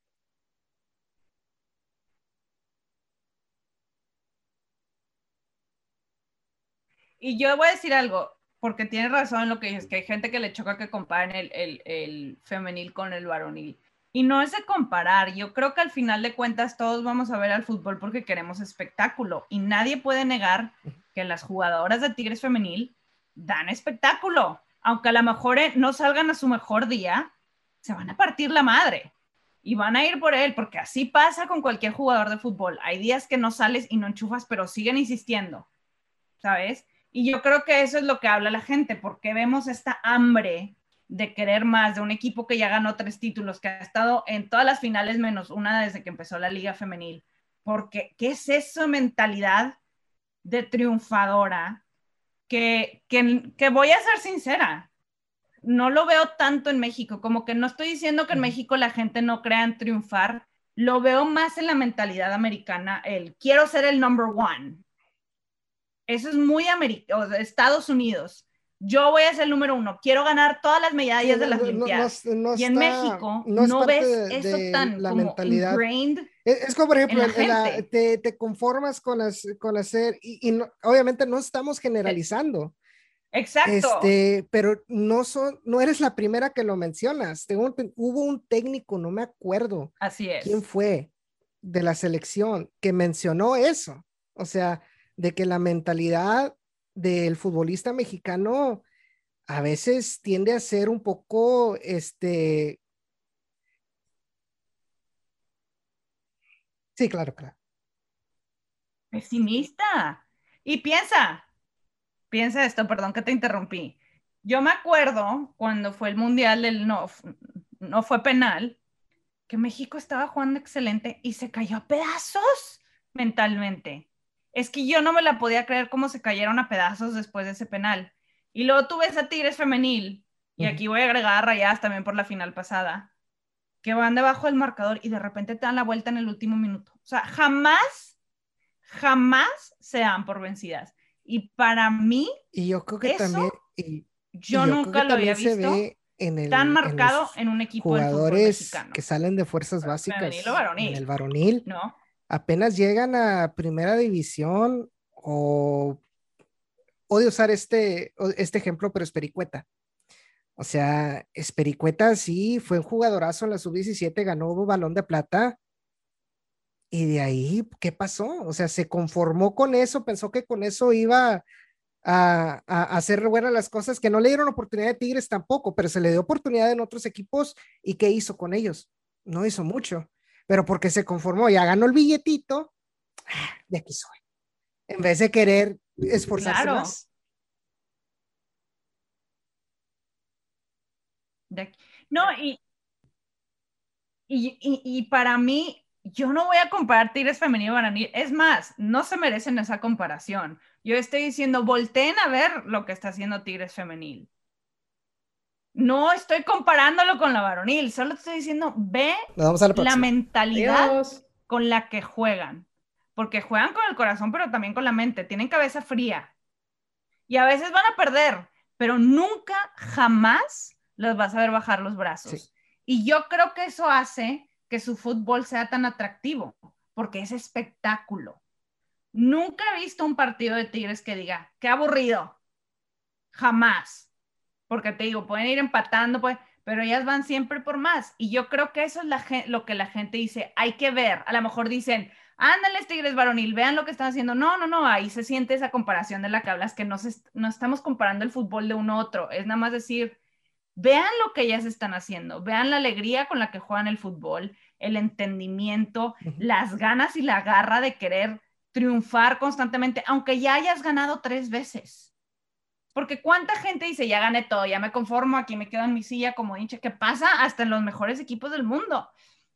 Y yo voy a decir algo, porque tienes razón en lo que dices, que hay gente que le choca que comparen el, el, el femenil con el varonil. Y no es de comparar, yo creo que al final de cuentas todos vamos a ver al fútbol porque queremos espectáculo y nadie puede negar que las jugadoras de Tigres femenil dan espectáculo, aunque a lo mejor no salgan a su mejor día, se van a partir la madre y van a ir por él, porque así pasa con cualquier jugador de fútbol. Hay días que no sales y no enchufas, pero siguen insistiendo, ¿sabes? Y yo creo que eso es lo que habla la gente, porque vemos esta hambre de querer más de un equipo que ya ganó tres títulos, que ha estado en todas las finales menos una desde que empezó la liga femenil, porque ¿qué es eso mentalidad de triunfadora? Que, que, que voy a ser sincera, no lo veo tanto en México, como que no estoy diciendo que en México la gente no crea en triunfar, lo veo más en la mentalidad americana, el quiero ser el number one. Eso es muy americano, Estados Unidos. Yo voy a ser el número uno, quiero ganar todas las medallas Sí, de no, las no, no, no, Olimpiadas. no Y en está, México no es no parte ves de, eso de tan la como mentalidad. ingrained Es, es como, por en ejemplo, la en la- gente. te, te conformas con, las, con hacer, y, y no- obviamente no estamos generalizando, Exacto, este, pero no, son, no eres la primera que lo mencionas. Tengo un- hubo un técnico, no me acuerdo así quién es. fue, de la selección, que mencionó eso. O sea, de que la mentalidad del futbolista mexicano a veces tiende a ser un poco, este, sí, claro, claro. Pesimista. Y piensa, piensa esto, perdón que te interrumpí. Yo me acuerdo cuando fue el Mundial del no, no fue penal, que México estaba jugando excelente y se cayó a pedazos mentalmente. Es que yo no me la podía creer cómo se cayeron a pedazos después de ese penal. Y luego tú ves a Tigres femenil, y Ujú. aquí voy a agregar a Rayadas también por la final pasada, que van debajo del marcador y de repente te dan la vuelta en el último minuto. O sea, jamás, jamás se dan por vencidas. Y para mí, Y yo creo que eso también, y, y yo yo creo que nunca lo había también se visto ve en tan el, en marcado los en un equipo del fútbol jugadores que mexicano, salen de fuerzas femenil o básicas en el varonil, varonil, ¿no? apenas llegan a primera división o odio usar este, o- este ejemplo, pero Espericueta. O sea, Espericueta sí fue un jugadorazo en la sub diecisiete, ganó balón de plata. Y de ahí, ¿qué pasó? O sea, se conformó con eso, pensó que con eso iba a, a, hacer buenas las cosas, que no le dieron oportunidad de Tigres tampoco, pero se le dio oportunidad en otros equipos. ¿Y qué hizo con ellos? No hizo mucho, pero porque se conformó, ya ganó el billetito, de aquí soy, en vez de querer esforzarse Claro. más. De no, y, y, y, y, para mí, yo no voy a comparar Tigres femenil y varonil. Es más, no se merecen esa comparación. Yo estoy diciendo, volteen a ver lo que está haciendo Tigres femenil. No estoy comparándolo con la varonil, solo estoy diciendo, ve Nos vamos a la la próxima. mentalidad Adiós. con la que juegan. Porque juegan con el corazón, pero también con la mente. Tienen cabeza fría. Y a veces van a perder, pero nunca, jamás los vas a ver bajar los Sí. brazos. Y yo creo que eso hace que su fútbol sea tan atractivo, porque es espectáculo. Nunca he visto un partido de Tigres que diga, qué aburrido. Jamás. Porque te digo, pueden ir empatando, pues, pero ellas van siempre por más. Y yo creo que eso es la, lo que la gente dice, hay que ver. A lo mejor dicen, ándales Tigres varonil, vean lo que están haciendo. No, no, no, ahí se siente esa comparación de la que hablas, que no, se, no estamos comparando el fútbol de uno a otro. Es nada más decir, vean lo que ellas están haciendo, vean la alegría con la que juegan el fútbol, el entendimiento, Uh -huh. las ganas y la garra de querer triunfar constantemente, aunque ya hayas ganado tres veces. Porque cuánta gente dice, ya gané todo, ya me conformo, aquí me quedo en mi silla como hincha, que pasa hasta en los mejores equipos del mundo.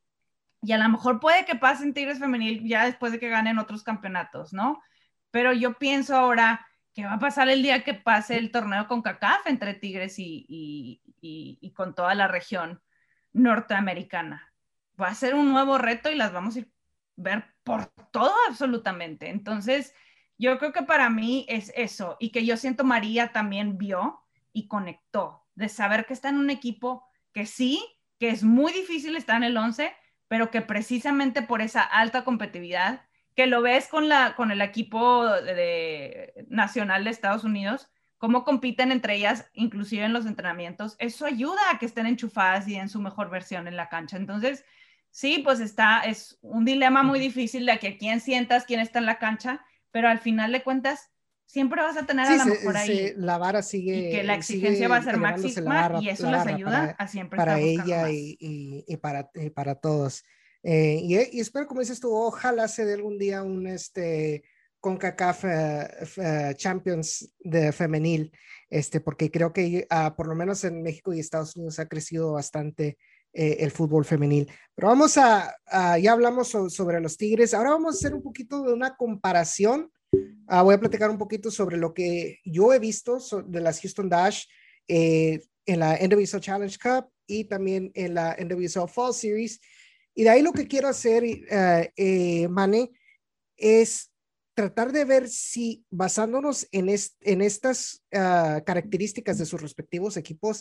Y a lo mejor puede que pase en Tigres femenil ya después de que ganen otros campeonatos, ¿no? Pero yo pienso ahora, ¿qué va a pasar el día que pase el torneo con CACAF entre Tigres y, y, y, y con toda la región norteamericana? Va a ser un nuevo reto y las vamos a ir ver por todo absolutamente. Entonces, yo creo que para mí es eso, y que yo siento María también vio y conectó, de saber que está en un equipo que sí, que es muy difícil estar en el once, pero que precisamente por esa alta competitividad, que lo ves con, la, con el equipo de, de, nacional de Estados Unidos, cómo compiten entre ellas, inclusive en los entrenamientos, eso ayuda a que estén enchufadas y en su mejor versión en la cancha. Entonces, sí, pues está, es un dilema muy difícil de que quién sientas, quién está en la cancha, pero al final de cuentas, siempre vas a tener a Sí, la se, mejor se, ahí la vara y que la sigue, exigencia va a sigue ser elevándose la máxima barra, y eso la les barra ayuda para, a siempre para estar buscando ella y, más. y, y para, y para todos. Eh, y, y, espero, como dices tú, ojalá se dé algún día un este, CONCACAF uh, uh, Champions de femenil, este, porque creo que uh, por lo menos en México y Estados Unidos ha crecido bastante eh, el fútbol femenil. Pero vamos a, a ya hablamos so, sobre los Tigres, ahora vamos a hacer un poquito de una comparación. Uh, voy a platicar un poquito sobre lo que yo he visto so, de las Houston Dash eh, en la N W S L Challenge Cup y también en la N W S L Fall Series. Y de ahí lo que quiero hacer, uh, eh, Mane, es tratar de ver si basándonos en, est en estas uh, características de sus respectivos equipos,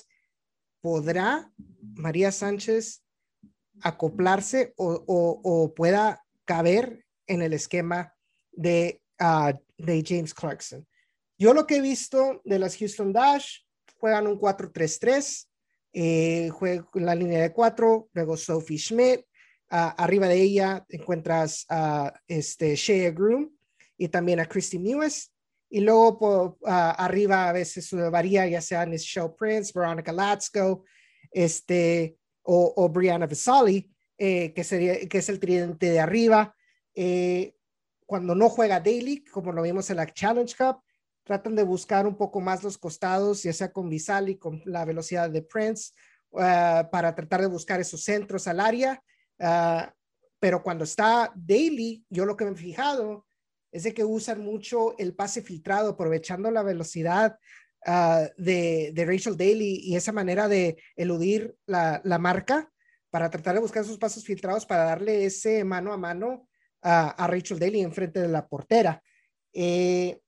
¿podrá María Sánchez acoplarse o, o, o pueda caber en el esquema de, uh, de James Clarkson? Yo lo que he visto de las Houston Dash, juegan un cuatro tres tres, eh, juega en la línea de cuatro, luego Sophie Schmidt, uh, arriba de ella encuentras a uh, este, Shea Groom y también a Christy Mewes, y luego por, uh, arriba a veces varía, ya sea Nichelle Prince, Veronica Latsko, este, o, o Brianna Visali, eh, que, sería, que es el tridente de arriba. Eh, cuando no juega Daly, como lo vimos en la Challenge Cup, tratan de buscar un poco más los costados, ya sea con Visali, con la velocidad de Prince, uh, para tratar de buscar esos centros al área. Uh, pero cuando está Daly, yo lo que me he fijado es de que usan mucho el pase filtrado, aprovechando la velocidad uh, de, de Rachel Daly y esa manera de eludir la, la marca para tratar de buscar esos pasos filtrados para darle ese mano a mano uh, a Rachel Daly en frente de la portera. Eh,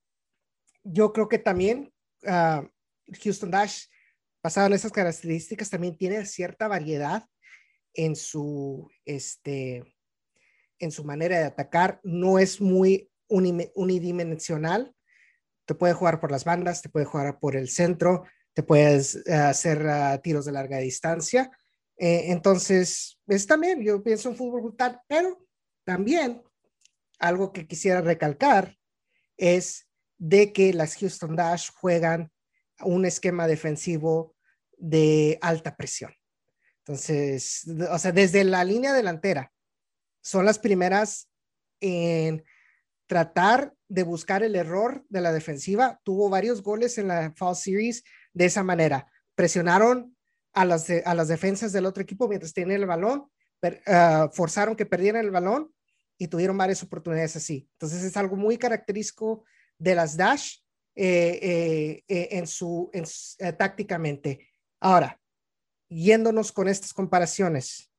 yo creo que también uh, Houston Dash, basado en esas características, también tiene cierta variedad en su, este, en su manera de atacar. No es muy unidimensional. Te puede jugar por las bandas, te puede jugar por el centro, te puedes uh, hacer uh, tiros de larga distancia. Eh, entonces, es también, yo pienso en fútbol brutal, pero también algo que quisiera recalcar es de que las Houston Dash juegan un esquema defensivo de alta presión. Entonces, o sea, desde la línea delantera, son las primeras en tratar de buscar el error de la defensiva. Tuvo varios goles en la Fall Series de esa manera. Presionaron a las, de, a las defensas del otro equipo mientras tenían el balón, per, uh, forzaron que perdieran el balón y tuvieron varias oportunidades así. Entonces es algo muy característico de las Dash eh, eh, eh, en su, en, eh, tácticamente. Ahora, yéndonos con estas comparaciones,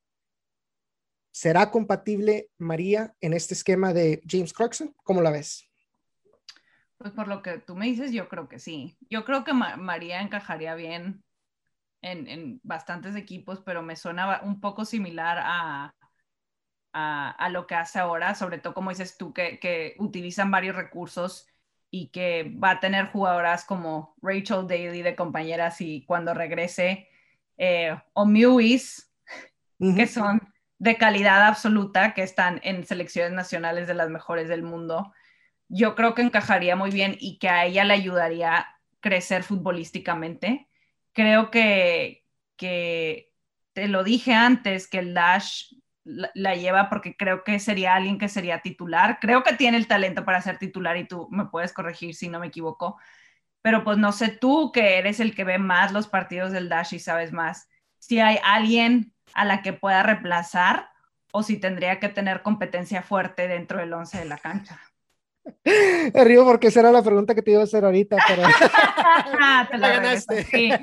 ¿será compatible María en este esquema de James Clarkson? ¿Cómo la ves? Pues por lo que tú me dices, yo creo que sí. Yo creo que Ma- María encajaría bien en, en bastantes equipos, pero me suena un poco similar a, a, a lo que hace ahora, sobre todo como dices tú, que, que utilizan varios recursos y que va a tener jugadoras como Rachel Daly de compañeras y cuando regrese, eh, o Mewis, uh-huh. que son de calidad absoluta, que están en selecciones nacionales de las mejores del mundo. Yo creo que encajaría muy bien y que a ella le ayudaría a crecer futbolísticamente. Creo que, que te lo dije antes, que el Dash la, la lleva porque creo que sería alguien que sería titular. Creo que tiene el talento para ser titular y tú me puedes corregir si no me equivoco. Pero pues no sé tú, que eres el que ve más los partidos del Dash y sabes más, si hay alguien a la que pueda reemplazar o si tendría que tener competencia fuerte dentro del once de la cancha. Me río porque esa era la pregunta que te iba a hacer ahorita, pero te la ganaste. Sí.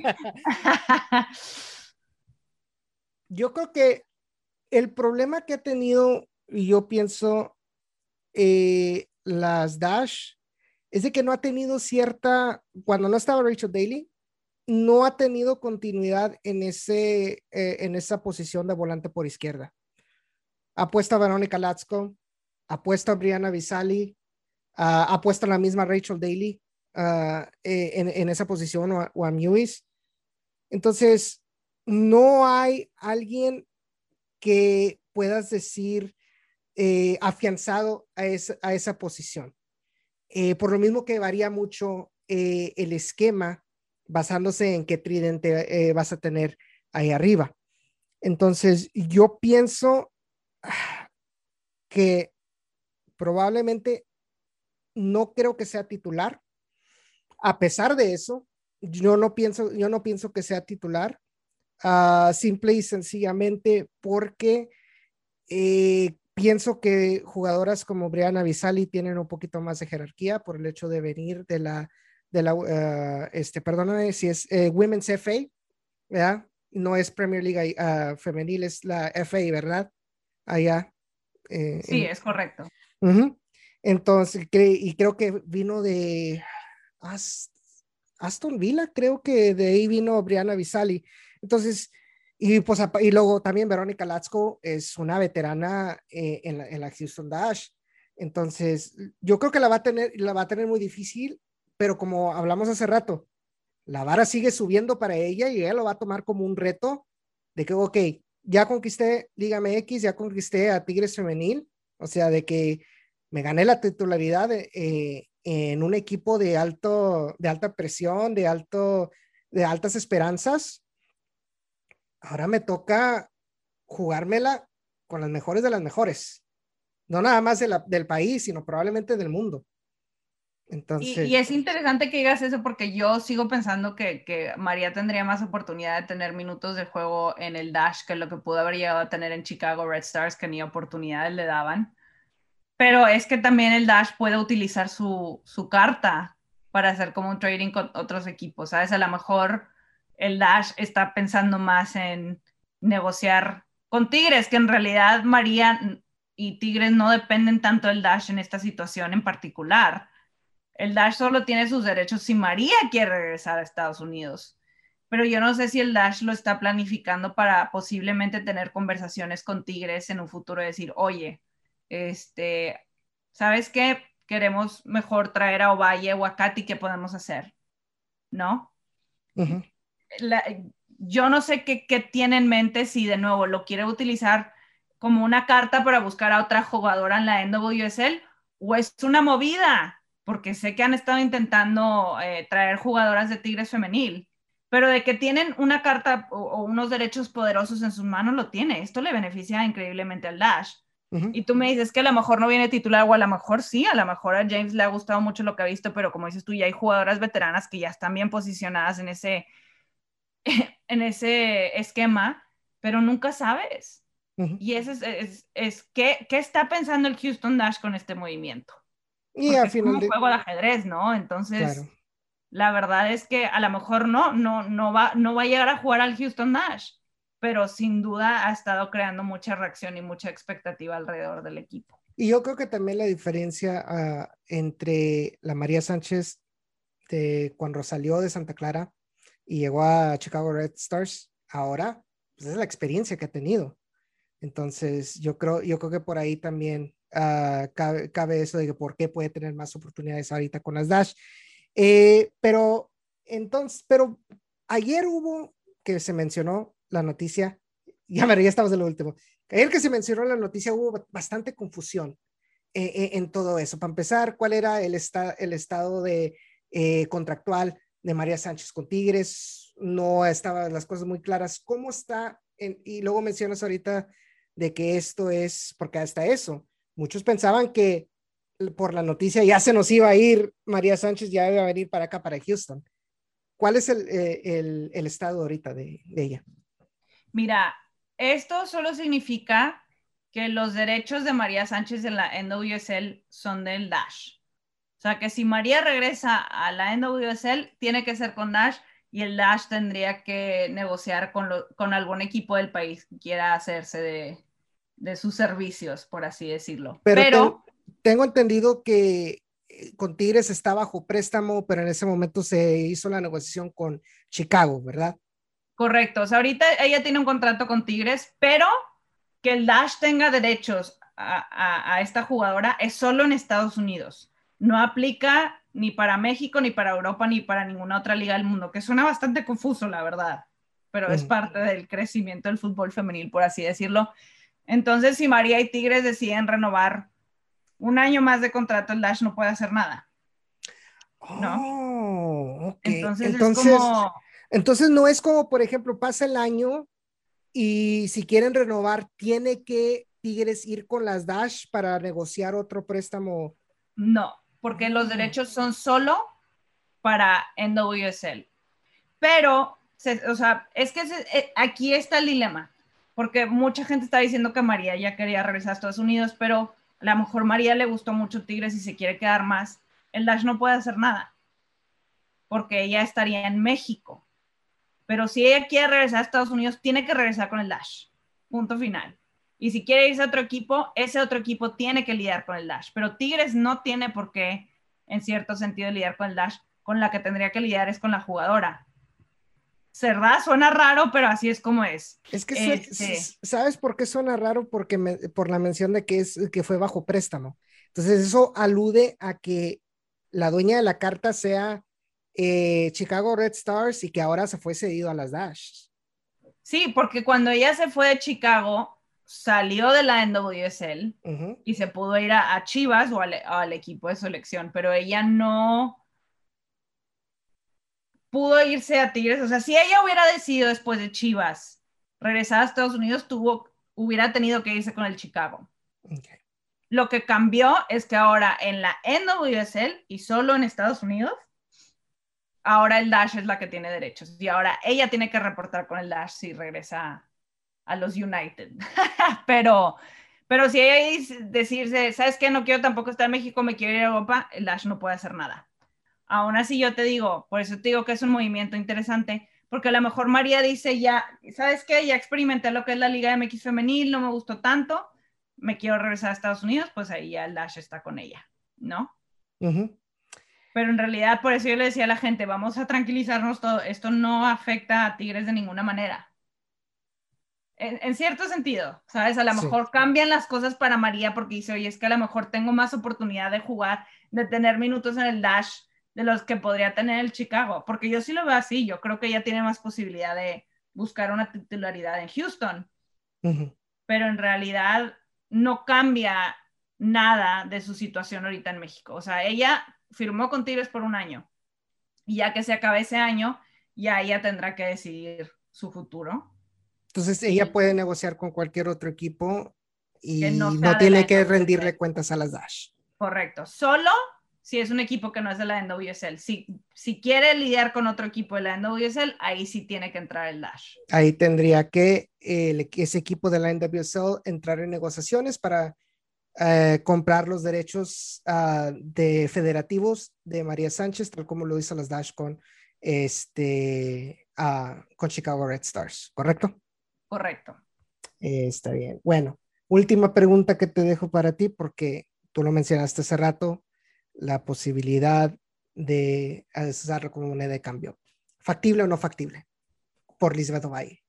Yo creo que el problema que ha tenido, y yo pienso, eh, las Dash, es de que no ha tenido cierta, cuando no estaba Rachel Daly, no ha tenido continuidad en, ese, eh, en esa posición de volante por izquierda. Ha puesto a Veronica Latsko, ha puesto a Brianna Visali, uh, ha puesto a la misma Rachel Daly uh, eh, en, en esa posición o a, o a Mewis. Entonces, no hay alguien que puedas decir eh, afianzado a esa, a esa posición. Eh, por lo mismo que varía mucho eh, el esquema basándose en qué tridente eh, vas a tener ahí arriba. Entonces, yo pienso que probablemente no creo que sea titular. A pesar de eso, yo no pienso, yo no pienso que sea titular, uh, simple y sencillamente porque eh, pienso que jugadoras como Brianna Visali tienen un poquito más de jerarquía por el hecho de venir de la, de la uh, este, perdóname si es eh, Women's F A, ¿verdad? No es Premier League uh, femenil, es la F A, ¿verdad? Allá. Eh, Sí, en, es correcto. uh-huh. Entonces, cre y creo que vino de Ast Aston Villa, creo que de ahí vino Brianna Visali. Entonces, y pues y luego también Verónica Latsko es una veterana eh, en, la, en la Houston Dash. Entonces, yo creo que la va a tener, la va a tener muy difícil, pero como hablamos hace rato, la vara sigue subiendo para ella y ella lo va a tomar como un reto de que, ok, ya conquisté Liga M X, ya conquisté a Tigres Femenil, o sea, de que me gané la titularidad eh, en un equipo de, alto, de alta presión, de, alto, de altas esperanzas. Ahora me toca jugármela con las mejores de las mejores. No nada más de la, del país, sino probablemente del mundo. Y, Entonces, y es interesante que digas eso porque yo sigo pensando que, que María tendría más oportunidad de tener minutos de juego en el Dash que lo que pudo haber llegado a tener en Chicago Red Stars, que ni oportunidades le daban. Pero es que también el Dash puede utilizar su, su carta para hacer como un trading con otros equipos, ¿sabes? A lo mejor el Dash está pensando más en negociar con Tigres, que en realidad María y Tigres no dependen tanto del Dash en esta situación en particular. El Dash solo tiene sus derechos si María quiere regresar a Estados Unidos. Pero yo no sé si el Dash lo está planificando para posiblemente tener conversaciones con Tigres en un futuro y decir, oye, este, ¿sabes qué? Queremos mejor traer a Ovalle o a Katy, ¿qué podemos hacer? ¿No? uh-huh. La, yo no sé qué, qué tiene en mente si de nuevo lo quiere utilizar como una carta para buscar a otra jugadora en la N W S L o es una movida, porque sé que han estado intentando eh, traer jugadoras de Tigres femenil, pero de que tienen una carta o, o, unos derechos poderosos en sus manos, lo tiene. Esto le beneficia increíblemente al Dash. Uh-huh. Y tú me dices que a lo mejor no viene titular o a lo mejor sí, a lo mejor a James le ha gustado mucho lo que ha visto, pero como dices tú, ya hay jugadoras veteranas que ya están bien posicionadas en ese en ese esquema, pero nunca sabes. Uh-huh. Y ese es, es, es ¿qué, ¿qué está pensando el Houston Dash con este movimiento? Y Porque al es como final un de, juego de ajedrez, ¿no? claro. Entonces, la verdad es que a lo mejor no, no, no, va, no va a llegar a jugar al Houston Dash, pero sin duda ha estado creando mucha reacción y mucha expectativa alrededor del equipo. Y yo creo que también la diferencia uh, entre la María Sánchez de cuando salió de Santa Clara y llegó a Chicago Red Stars ahora, pues es la experiencia que ha tenido. Entonces, yo creo, yo creo que por ahí también uh, cabe, cabe, eso de que por qué puede tener más oportunidades ahorita con las Dash. Eh, pero, entonces, pero ayer hubo que se mencionó la noticia, ya, ya estamos en lo último. Ayer que se mencionó la noticia hubo bastante confusión eh, eh, en todo eso. Para empezar, ¿cuál era el, esta, el estado de eh, contractual de María Sánchez con Tigres? No estaban las cosas muy claras. ¿Cómo está? En, y luego mencionas ahorita de que esto es, porque hasta eso, muchos pensaban que por la noticia ya se nos iba a ir María Sánchez, ya iba a venir para acá, para Houston. ¿Cuál es el, eh, el, el estado ahorita de, de ella? Mira, esto solo significa que los derechos de María Sánchez en la N W S L son del Dash. O sea que si María regresa a la N W S L, tiene que ser con Dash y el Dash tendría que negociar con, lo, con algún equipo del país que quiera hacerse de, de sus servicios, por así decirlo. Pero te, Pero, tengo entendido que con Tigres está bajo préstamo, pero en ese momento se hizo la negociación con Chicago, ¿verdad? correcto, o sea, ahorita ella tiene un contrato con Tigres, pero que el Dash tenga derechos a, a, a esta jugadora es solo en Estados Unidos. No aplica ni para México, ni para Europa, ni para ninguna otra liga del mundo, que suena bastante confuso, la verdad, pero es Mm. parte del crecimiento del fútbol femenil, por así decirlo. Entonces, si María y Tigres deciden renovar un año más de contrato, el Dash no puede hacer nada, ¿no? Oh, ok. Entonces es Entonces, como, entonces no es como, por ejemplo, pasa el año y si quieren renovar, tiene que Tigres ir con las Dash para negociar otro préstamo. no, porque los Oh. derechos son solo para N W S L. Pero se, o sea, es que se, eh, aquí está el dilema, porque mucha gente está diciendo que María ya quería regresar a Estados Unidos, pero a lo mejor María le gustó mucho Tigres y se quiere quedar más. El Dash no puede hacer nada, porque ella estaría en México. Pero si ella quiere regresar a Estados Unidos, tiene que regresar con el Dash. Punto final. Y si quiere irse a otro equipo, ese otro equipo tiene que lidiar con el Dash. Pero Tigres no tiene por qué, en cierto sentido, lidiar con el Dash. Con la que tendría que lidiar es con la jugadora. ¿Verdad? Suena raro, pero así es como es. Es que, este... ¿sabes por qué suena raro? Porque me, por la mención de que, es, que fue bajo préstamo. Entonces eso alude a que la dueña de la carta sea eh, Chicago Red Stars y que ahora se fue cedido a las Dash. Sí, porque cuando ella se fue de Chicago, salió de la N W S L uh-huh. y se pudo ir a, a Chivas o al, al equipo de selección, pero ella no pudo irse a Tigres. O sea, si ella hubiera decidido después de Chivas regresar a Estados Unidos, tuvo, hubiera tenido que irse con el Chicago. Okay. Lo que cambió es que ahora en la N W S L y solo en Estados Unidos, ahora el Dash es la que tiene derechos y ahora ella tiene que reportar con el Dash si regresa a los United. pero, pero si ella decirse, ¿sabes qué? No quiero tampoco estar en México, me quiero ir a Europa, el Dash no puede hacer nada. Aún así yo te digo, por eso te digo que es un movimiento interesante, porque a lo mejor María dice ya, ¿sabes qué? Ya experimenté lo que es la Liga M X femenil, no me gustó tanto, me quiero regresar a Estados Unidos, pues ahí ya el Dash está con ella, ¿no? Uh-huh. Pero en realidad, por eso yo le decía a la gente, vamos a tranquilizarnos todo, esto no afecta a Tigres de ninguna manera. En, en cierto sentido, ¿sabes? A lo sí. mejor cambian las cosas para María porque dice, oye, es que a lo mejor tengo más oportunidad de jugar, de tener minutos en el Dash, de los que podría tener el Chicago, porque yo sí lo veo así, yo creo que ella tiene más posibilidad de buscar una titularidad en Houston, uh-huh. pero en realidad no cambia nada de su situación ahorita en México. O sea, ella firmó con Tigres por un año, y ya que se acabe ese año, ya ella tendrá que decidir su futuro. Entonces ella y, puede negociar con cualquier otro equipo y que no, no tiene que rendirle cuentas a las Dash. Correcto, solo si es un equipo que no es de la N W S L. Si, si quiere lidiar con otro equipo de la N W S L, ahí sí tiene que entrar el Dash. Ahí tendría que eh, ese equipo de la N W S L entrar en negociaciones para eh, comprar los derechos uh, de federativos de María Sánchez, tal como lo hizo las Dash con, este, uh, con Chicago Red Stars, ¿correcto? Correcto. Eh, está bien. Bueno, última pregunta que te dejo para ti, porque tú lo mencionaste hace rato, la posibilidad de usarlo como moneda de cambio. ¿Factible o no factible? Por Lisbeth Ovalle.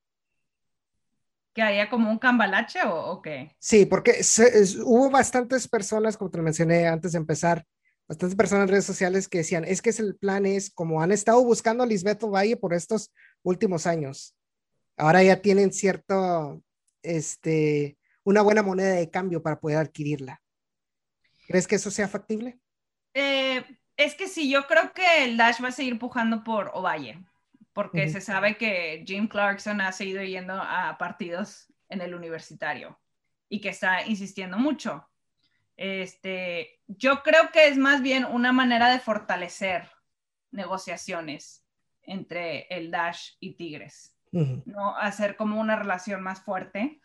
¿Que haya como un cambalache o, o qué? Sí, porque se, es, hubo bastantes personas, como te lo mencioné antes de empezar, bastantes personas en redes sociales que decían, es que es el plan es, como han estado buscando a Lisbeth Ovalle por estos últimos años, ahora ya tienen cierto, este, una buena moneda de cambio para poder adquirirla. ¿Crees que eso sea factible? Eh, es que sí, yo creo que el Dash va a seguir pujando por Ovalle, porque uh-huh. se sabe que Jim Clarkson ha seguido yendo a partidos en el universitario y que está insistiendo mucho. Este, yo creo que es más bien una manera de fortalecer negociaciones entre el Dash y Tigres, uh-huh. ¿no? Hacer como una relación más fuerte.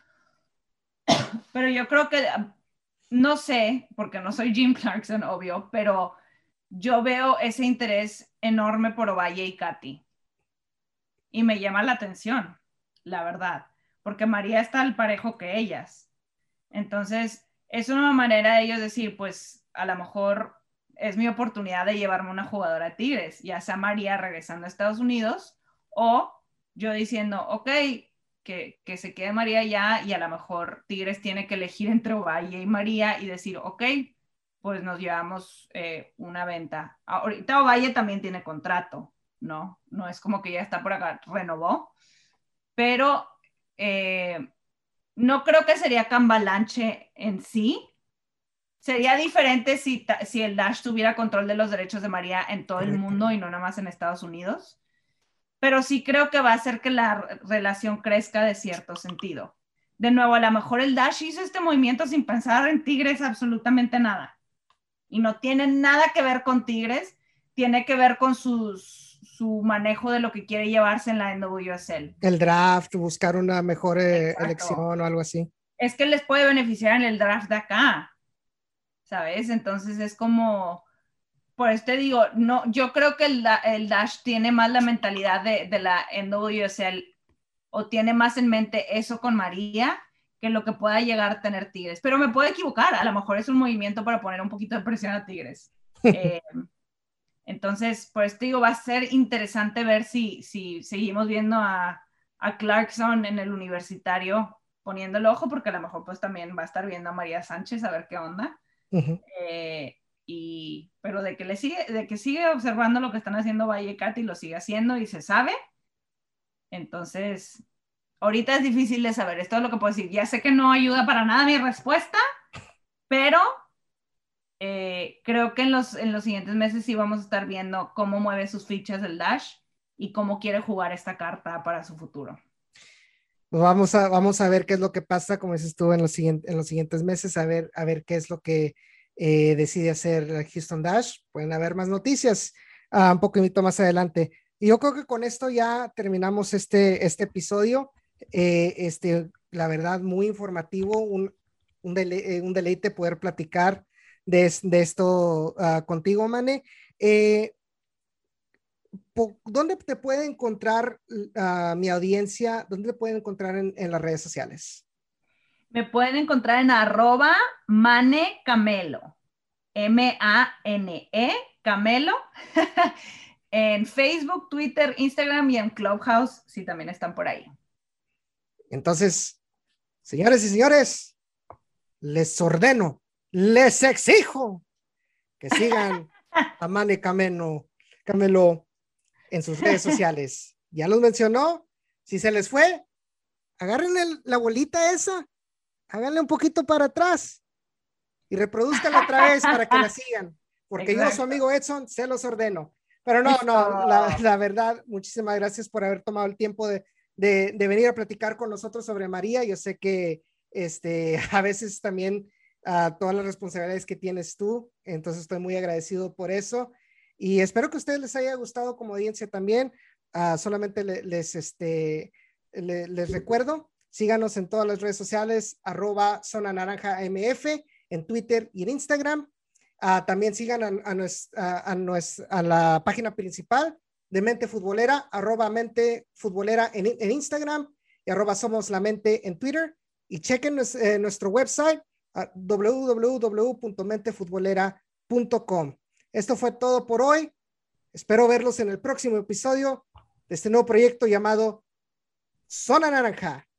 Pero yo creo que no sé, porque no soy Jim Clarkson, obvio, pero yo veo ese interés enorme por Ovalle y Katy. Y me llama la atención, la verdad, porque María está al parejo que ellas. Entonces, es una manera de ellos decir, pues, a lo mejor es mi oportunidad de llevarme una jugadora a Tigres, ya sea María regresando a Estados Unidos, o yo diciendo, ok, Que, que se quede María ya y a lo mejor Tigres tiene que elegir entre Ovalle y María y decir, ok, pues nos llevamos eh, una venta. Ahorita Ovalle también tiene contrato, ¿no? No es como que ya está por acá, renovó, pero eh, no creo que sería cambalache en sí. Sería diferente si, si el Dash tuviera control de los derechos de María en todo el mundo y no nada más en Estados Unidos. Pero sí creo que va a hacer que la relación crezca de cierto sentido. De nuevo, a lo mejor el Dash hizo este movimiento sin pensar en Tigres absolutamente nada. Y no tiene nada que ver con Tigres, tiene que ver con sus su manejo de lo que quiere llevarse en la N W S L. El draft, buscar una mejor eh, elección o algo así. Es que les puede beneficiar en el draft de acá, ¿sabes? Entonces es como, por eso te digo, no, yo creo que el, el Dash tiene más la mentalidad de, de la N W S L, o tiene más en mente eso con María que lo que pueda llegar a tener Tigres. Pero me puedo equivocar, a lo mejor es un movimiento para poner un poquito de presión a Tigres. eh, entonces, por esto digo, va a ser interesante ver si, si seguimos viendo a, a Clarkson en el universitario poniendo el ojo, porque a lo mejor pues también va a estar viendo a María Sánchez a ver qué onda. Uh-huh. eh, y, pero de que le sigue, de que sigue observando lo que están haciendo Vallecati, lo sigue haciendo y se sabe. Entonces, ahorita es difícil de saber, esto es lo que puedo decir. Ya sé que no ayuda para nada mi respuesta, pero eh, creo que en los, en los siguientes meses sí vamos a estar viendo cómo mueve sus fichas el Dash y cómo quiere jugar esta carta para su futuro. Pues vamos a, vamos a ver qué es lo que pasa, como dices tú, en los, siguientes, en los siguientes meses, a ver, a ver qué es lo que eh, decide hacer Houston Dash. Pueden haber más noticias uh, un poquito más adelante. Y yo creo que con esto ya terminamos este, este episodio. Eh, este, la verdad, muy informativo, un, un, dele, un deleite poder platicar de, de esto uh, contigo, Mane. Eh, ¿Dónde te puede encontrar uh, mi audiencia? ¿Dónde te pueden encontrar en, en las redes sociales? Me pueden encontrar en arroba Mane Camelo, M A N E, Camelo, en Facebook, Twitter, Instagram y en Clubhouse, si también están por ahí. Entonces, señores y señores, les ordeno, les exijo que sigan a Mane Camelo, Camelo en sus redes sociales. Ya los mencionó. Si se les fue, agarren el, la bolita esa, háganle un poquito para atrás y reproduzcanla otra vez para que la sigan, porque Exacto. Yo, su amigo Edson, se los ordeno. Pero no, no, la, la verdad, muchísimas gracias por haber tomado el tiempo de, de, de venir a platicar con nosotros sobre María. Yo sé que este, a veces también uh, todas las responsabilidades que tienes tú, entonces estoy muy agradecido por eso. Y espero que a ustedes les haya gustado como audiencia también. Uh, solamente le, les, este, le, les recuerdo, síganos en todas las redes sociales, arroba Zona Naranja M F, en Twitter y en Instagram. Uh, también sigan a, a, nuestra, a, a, nuestra, a la página principal de Mente Futbolera, arroba Mente Futbolera en, en Instagram y arroba Somos la Mente en Twitter. Y chequen eh, nuestro website, uh, w w w punto mente futbolera punto com. Esto fue todo por hoy. Espero verlos en el próximo episodio de este nuevo proyecto llamado Zona Naranja.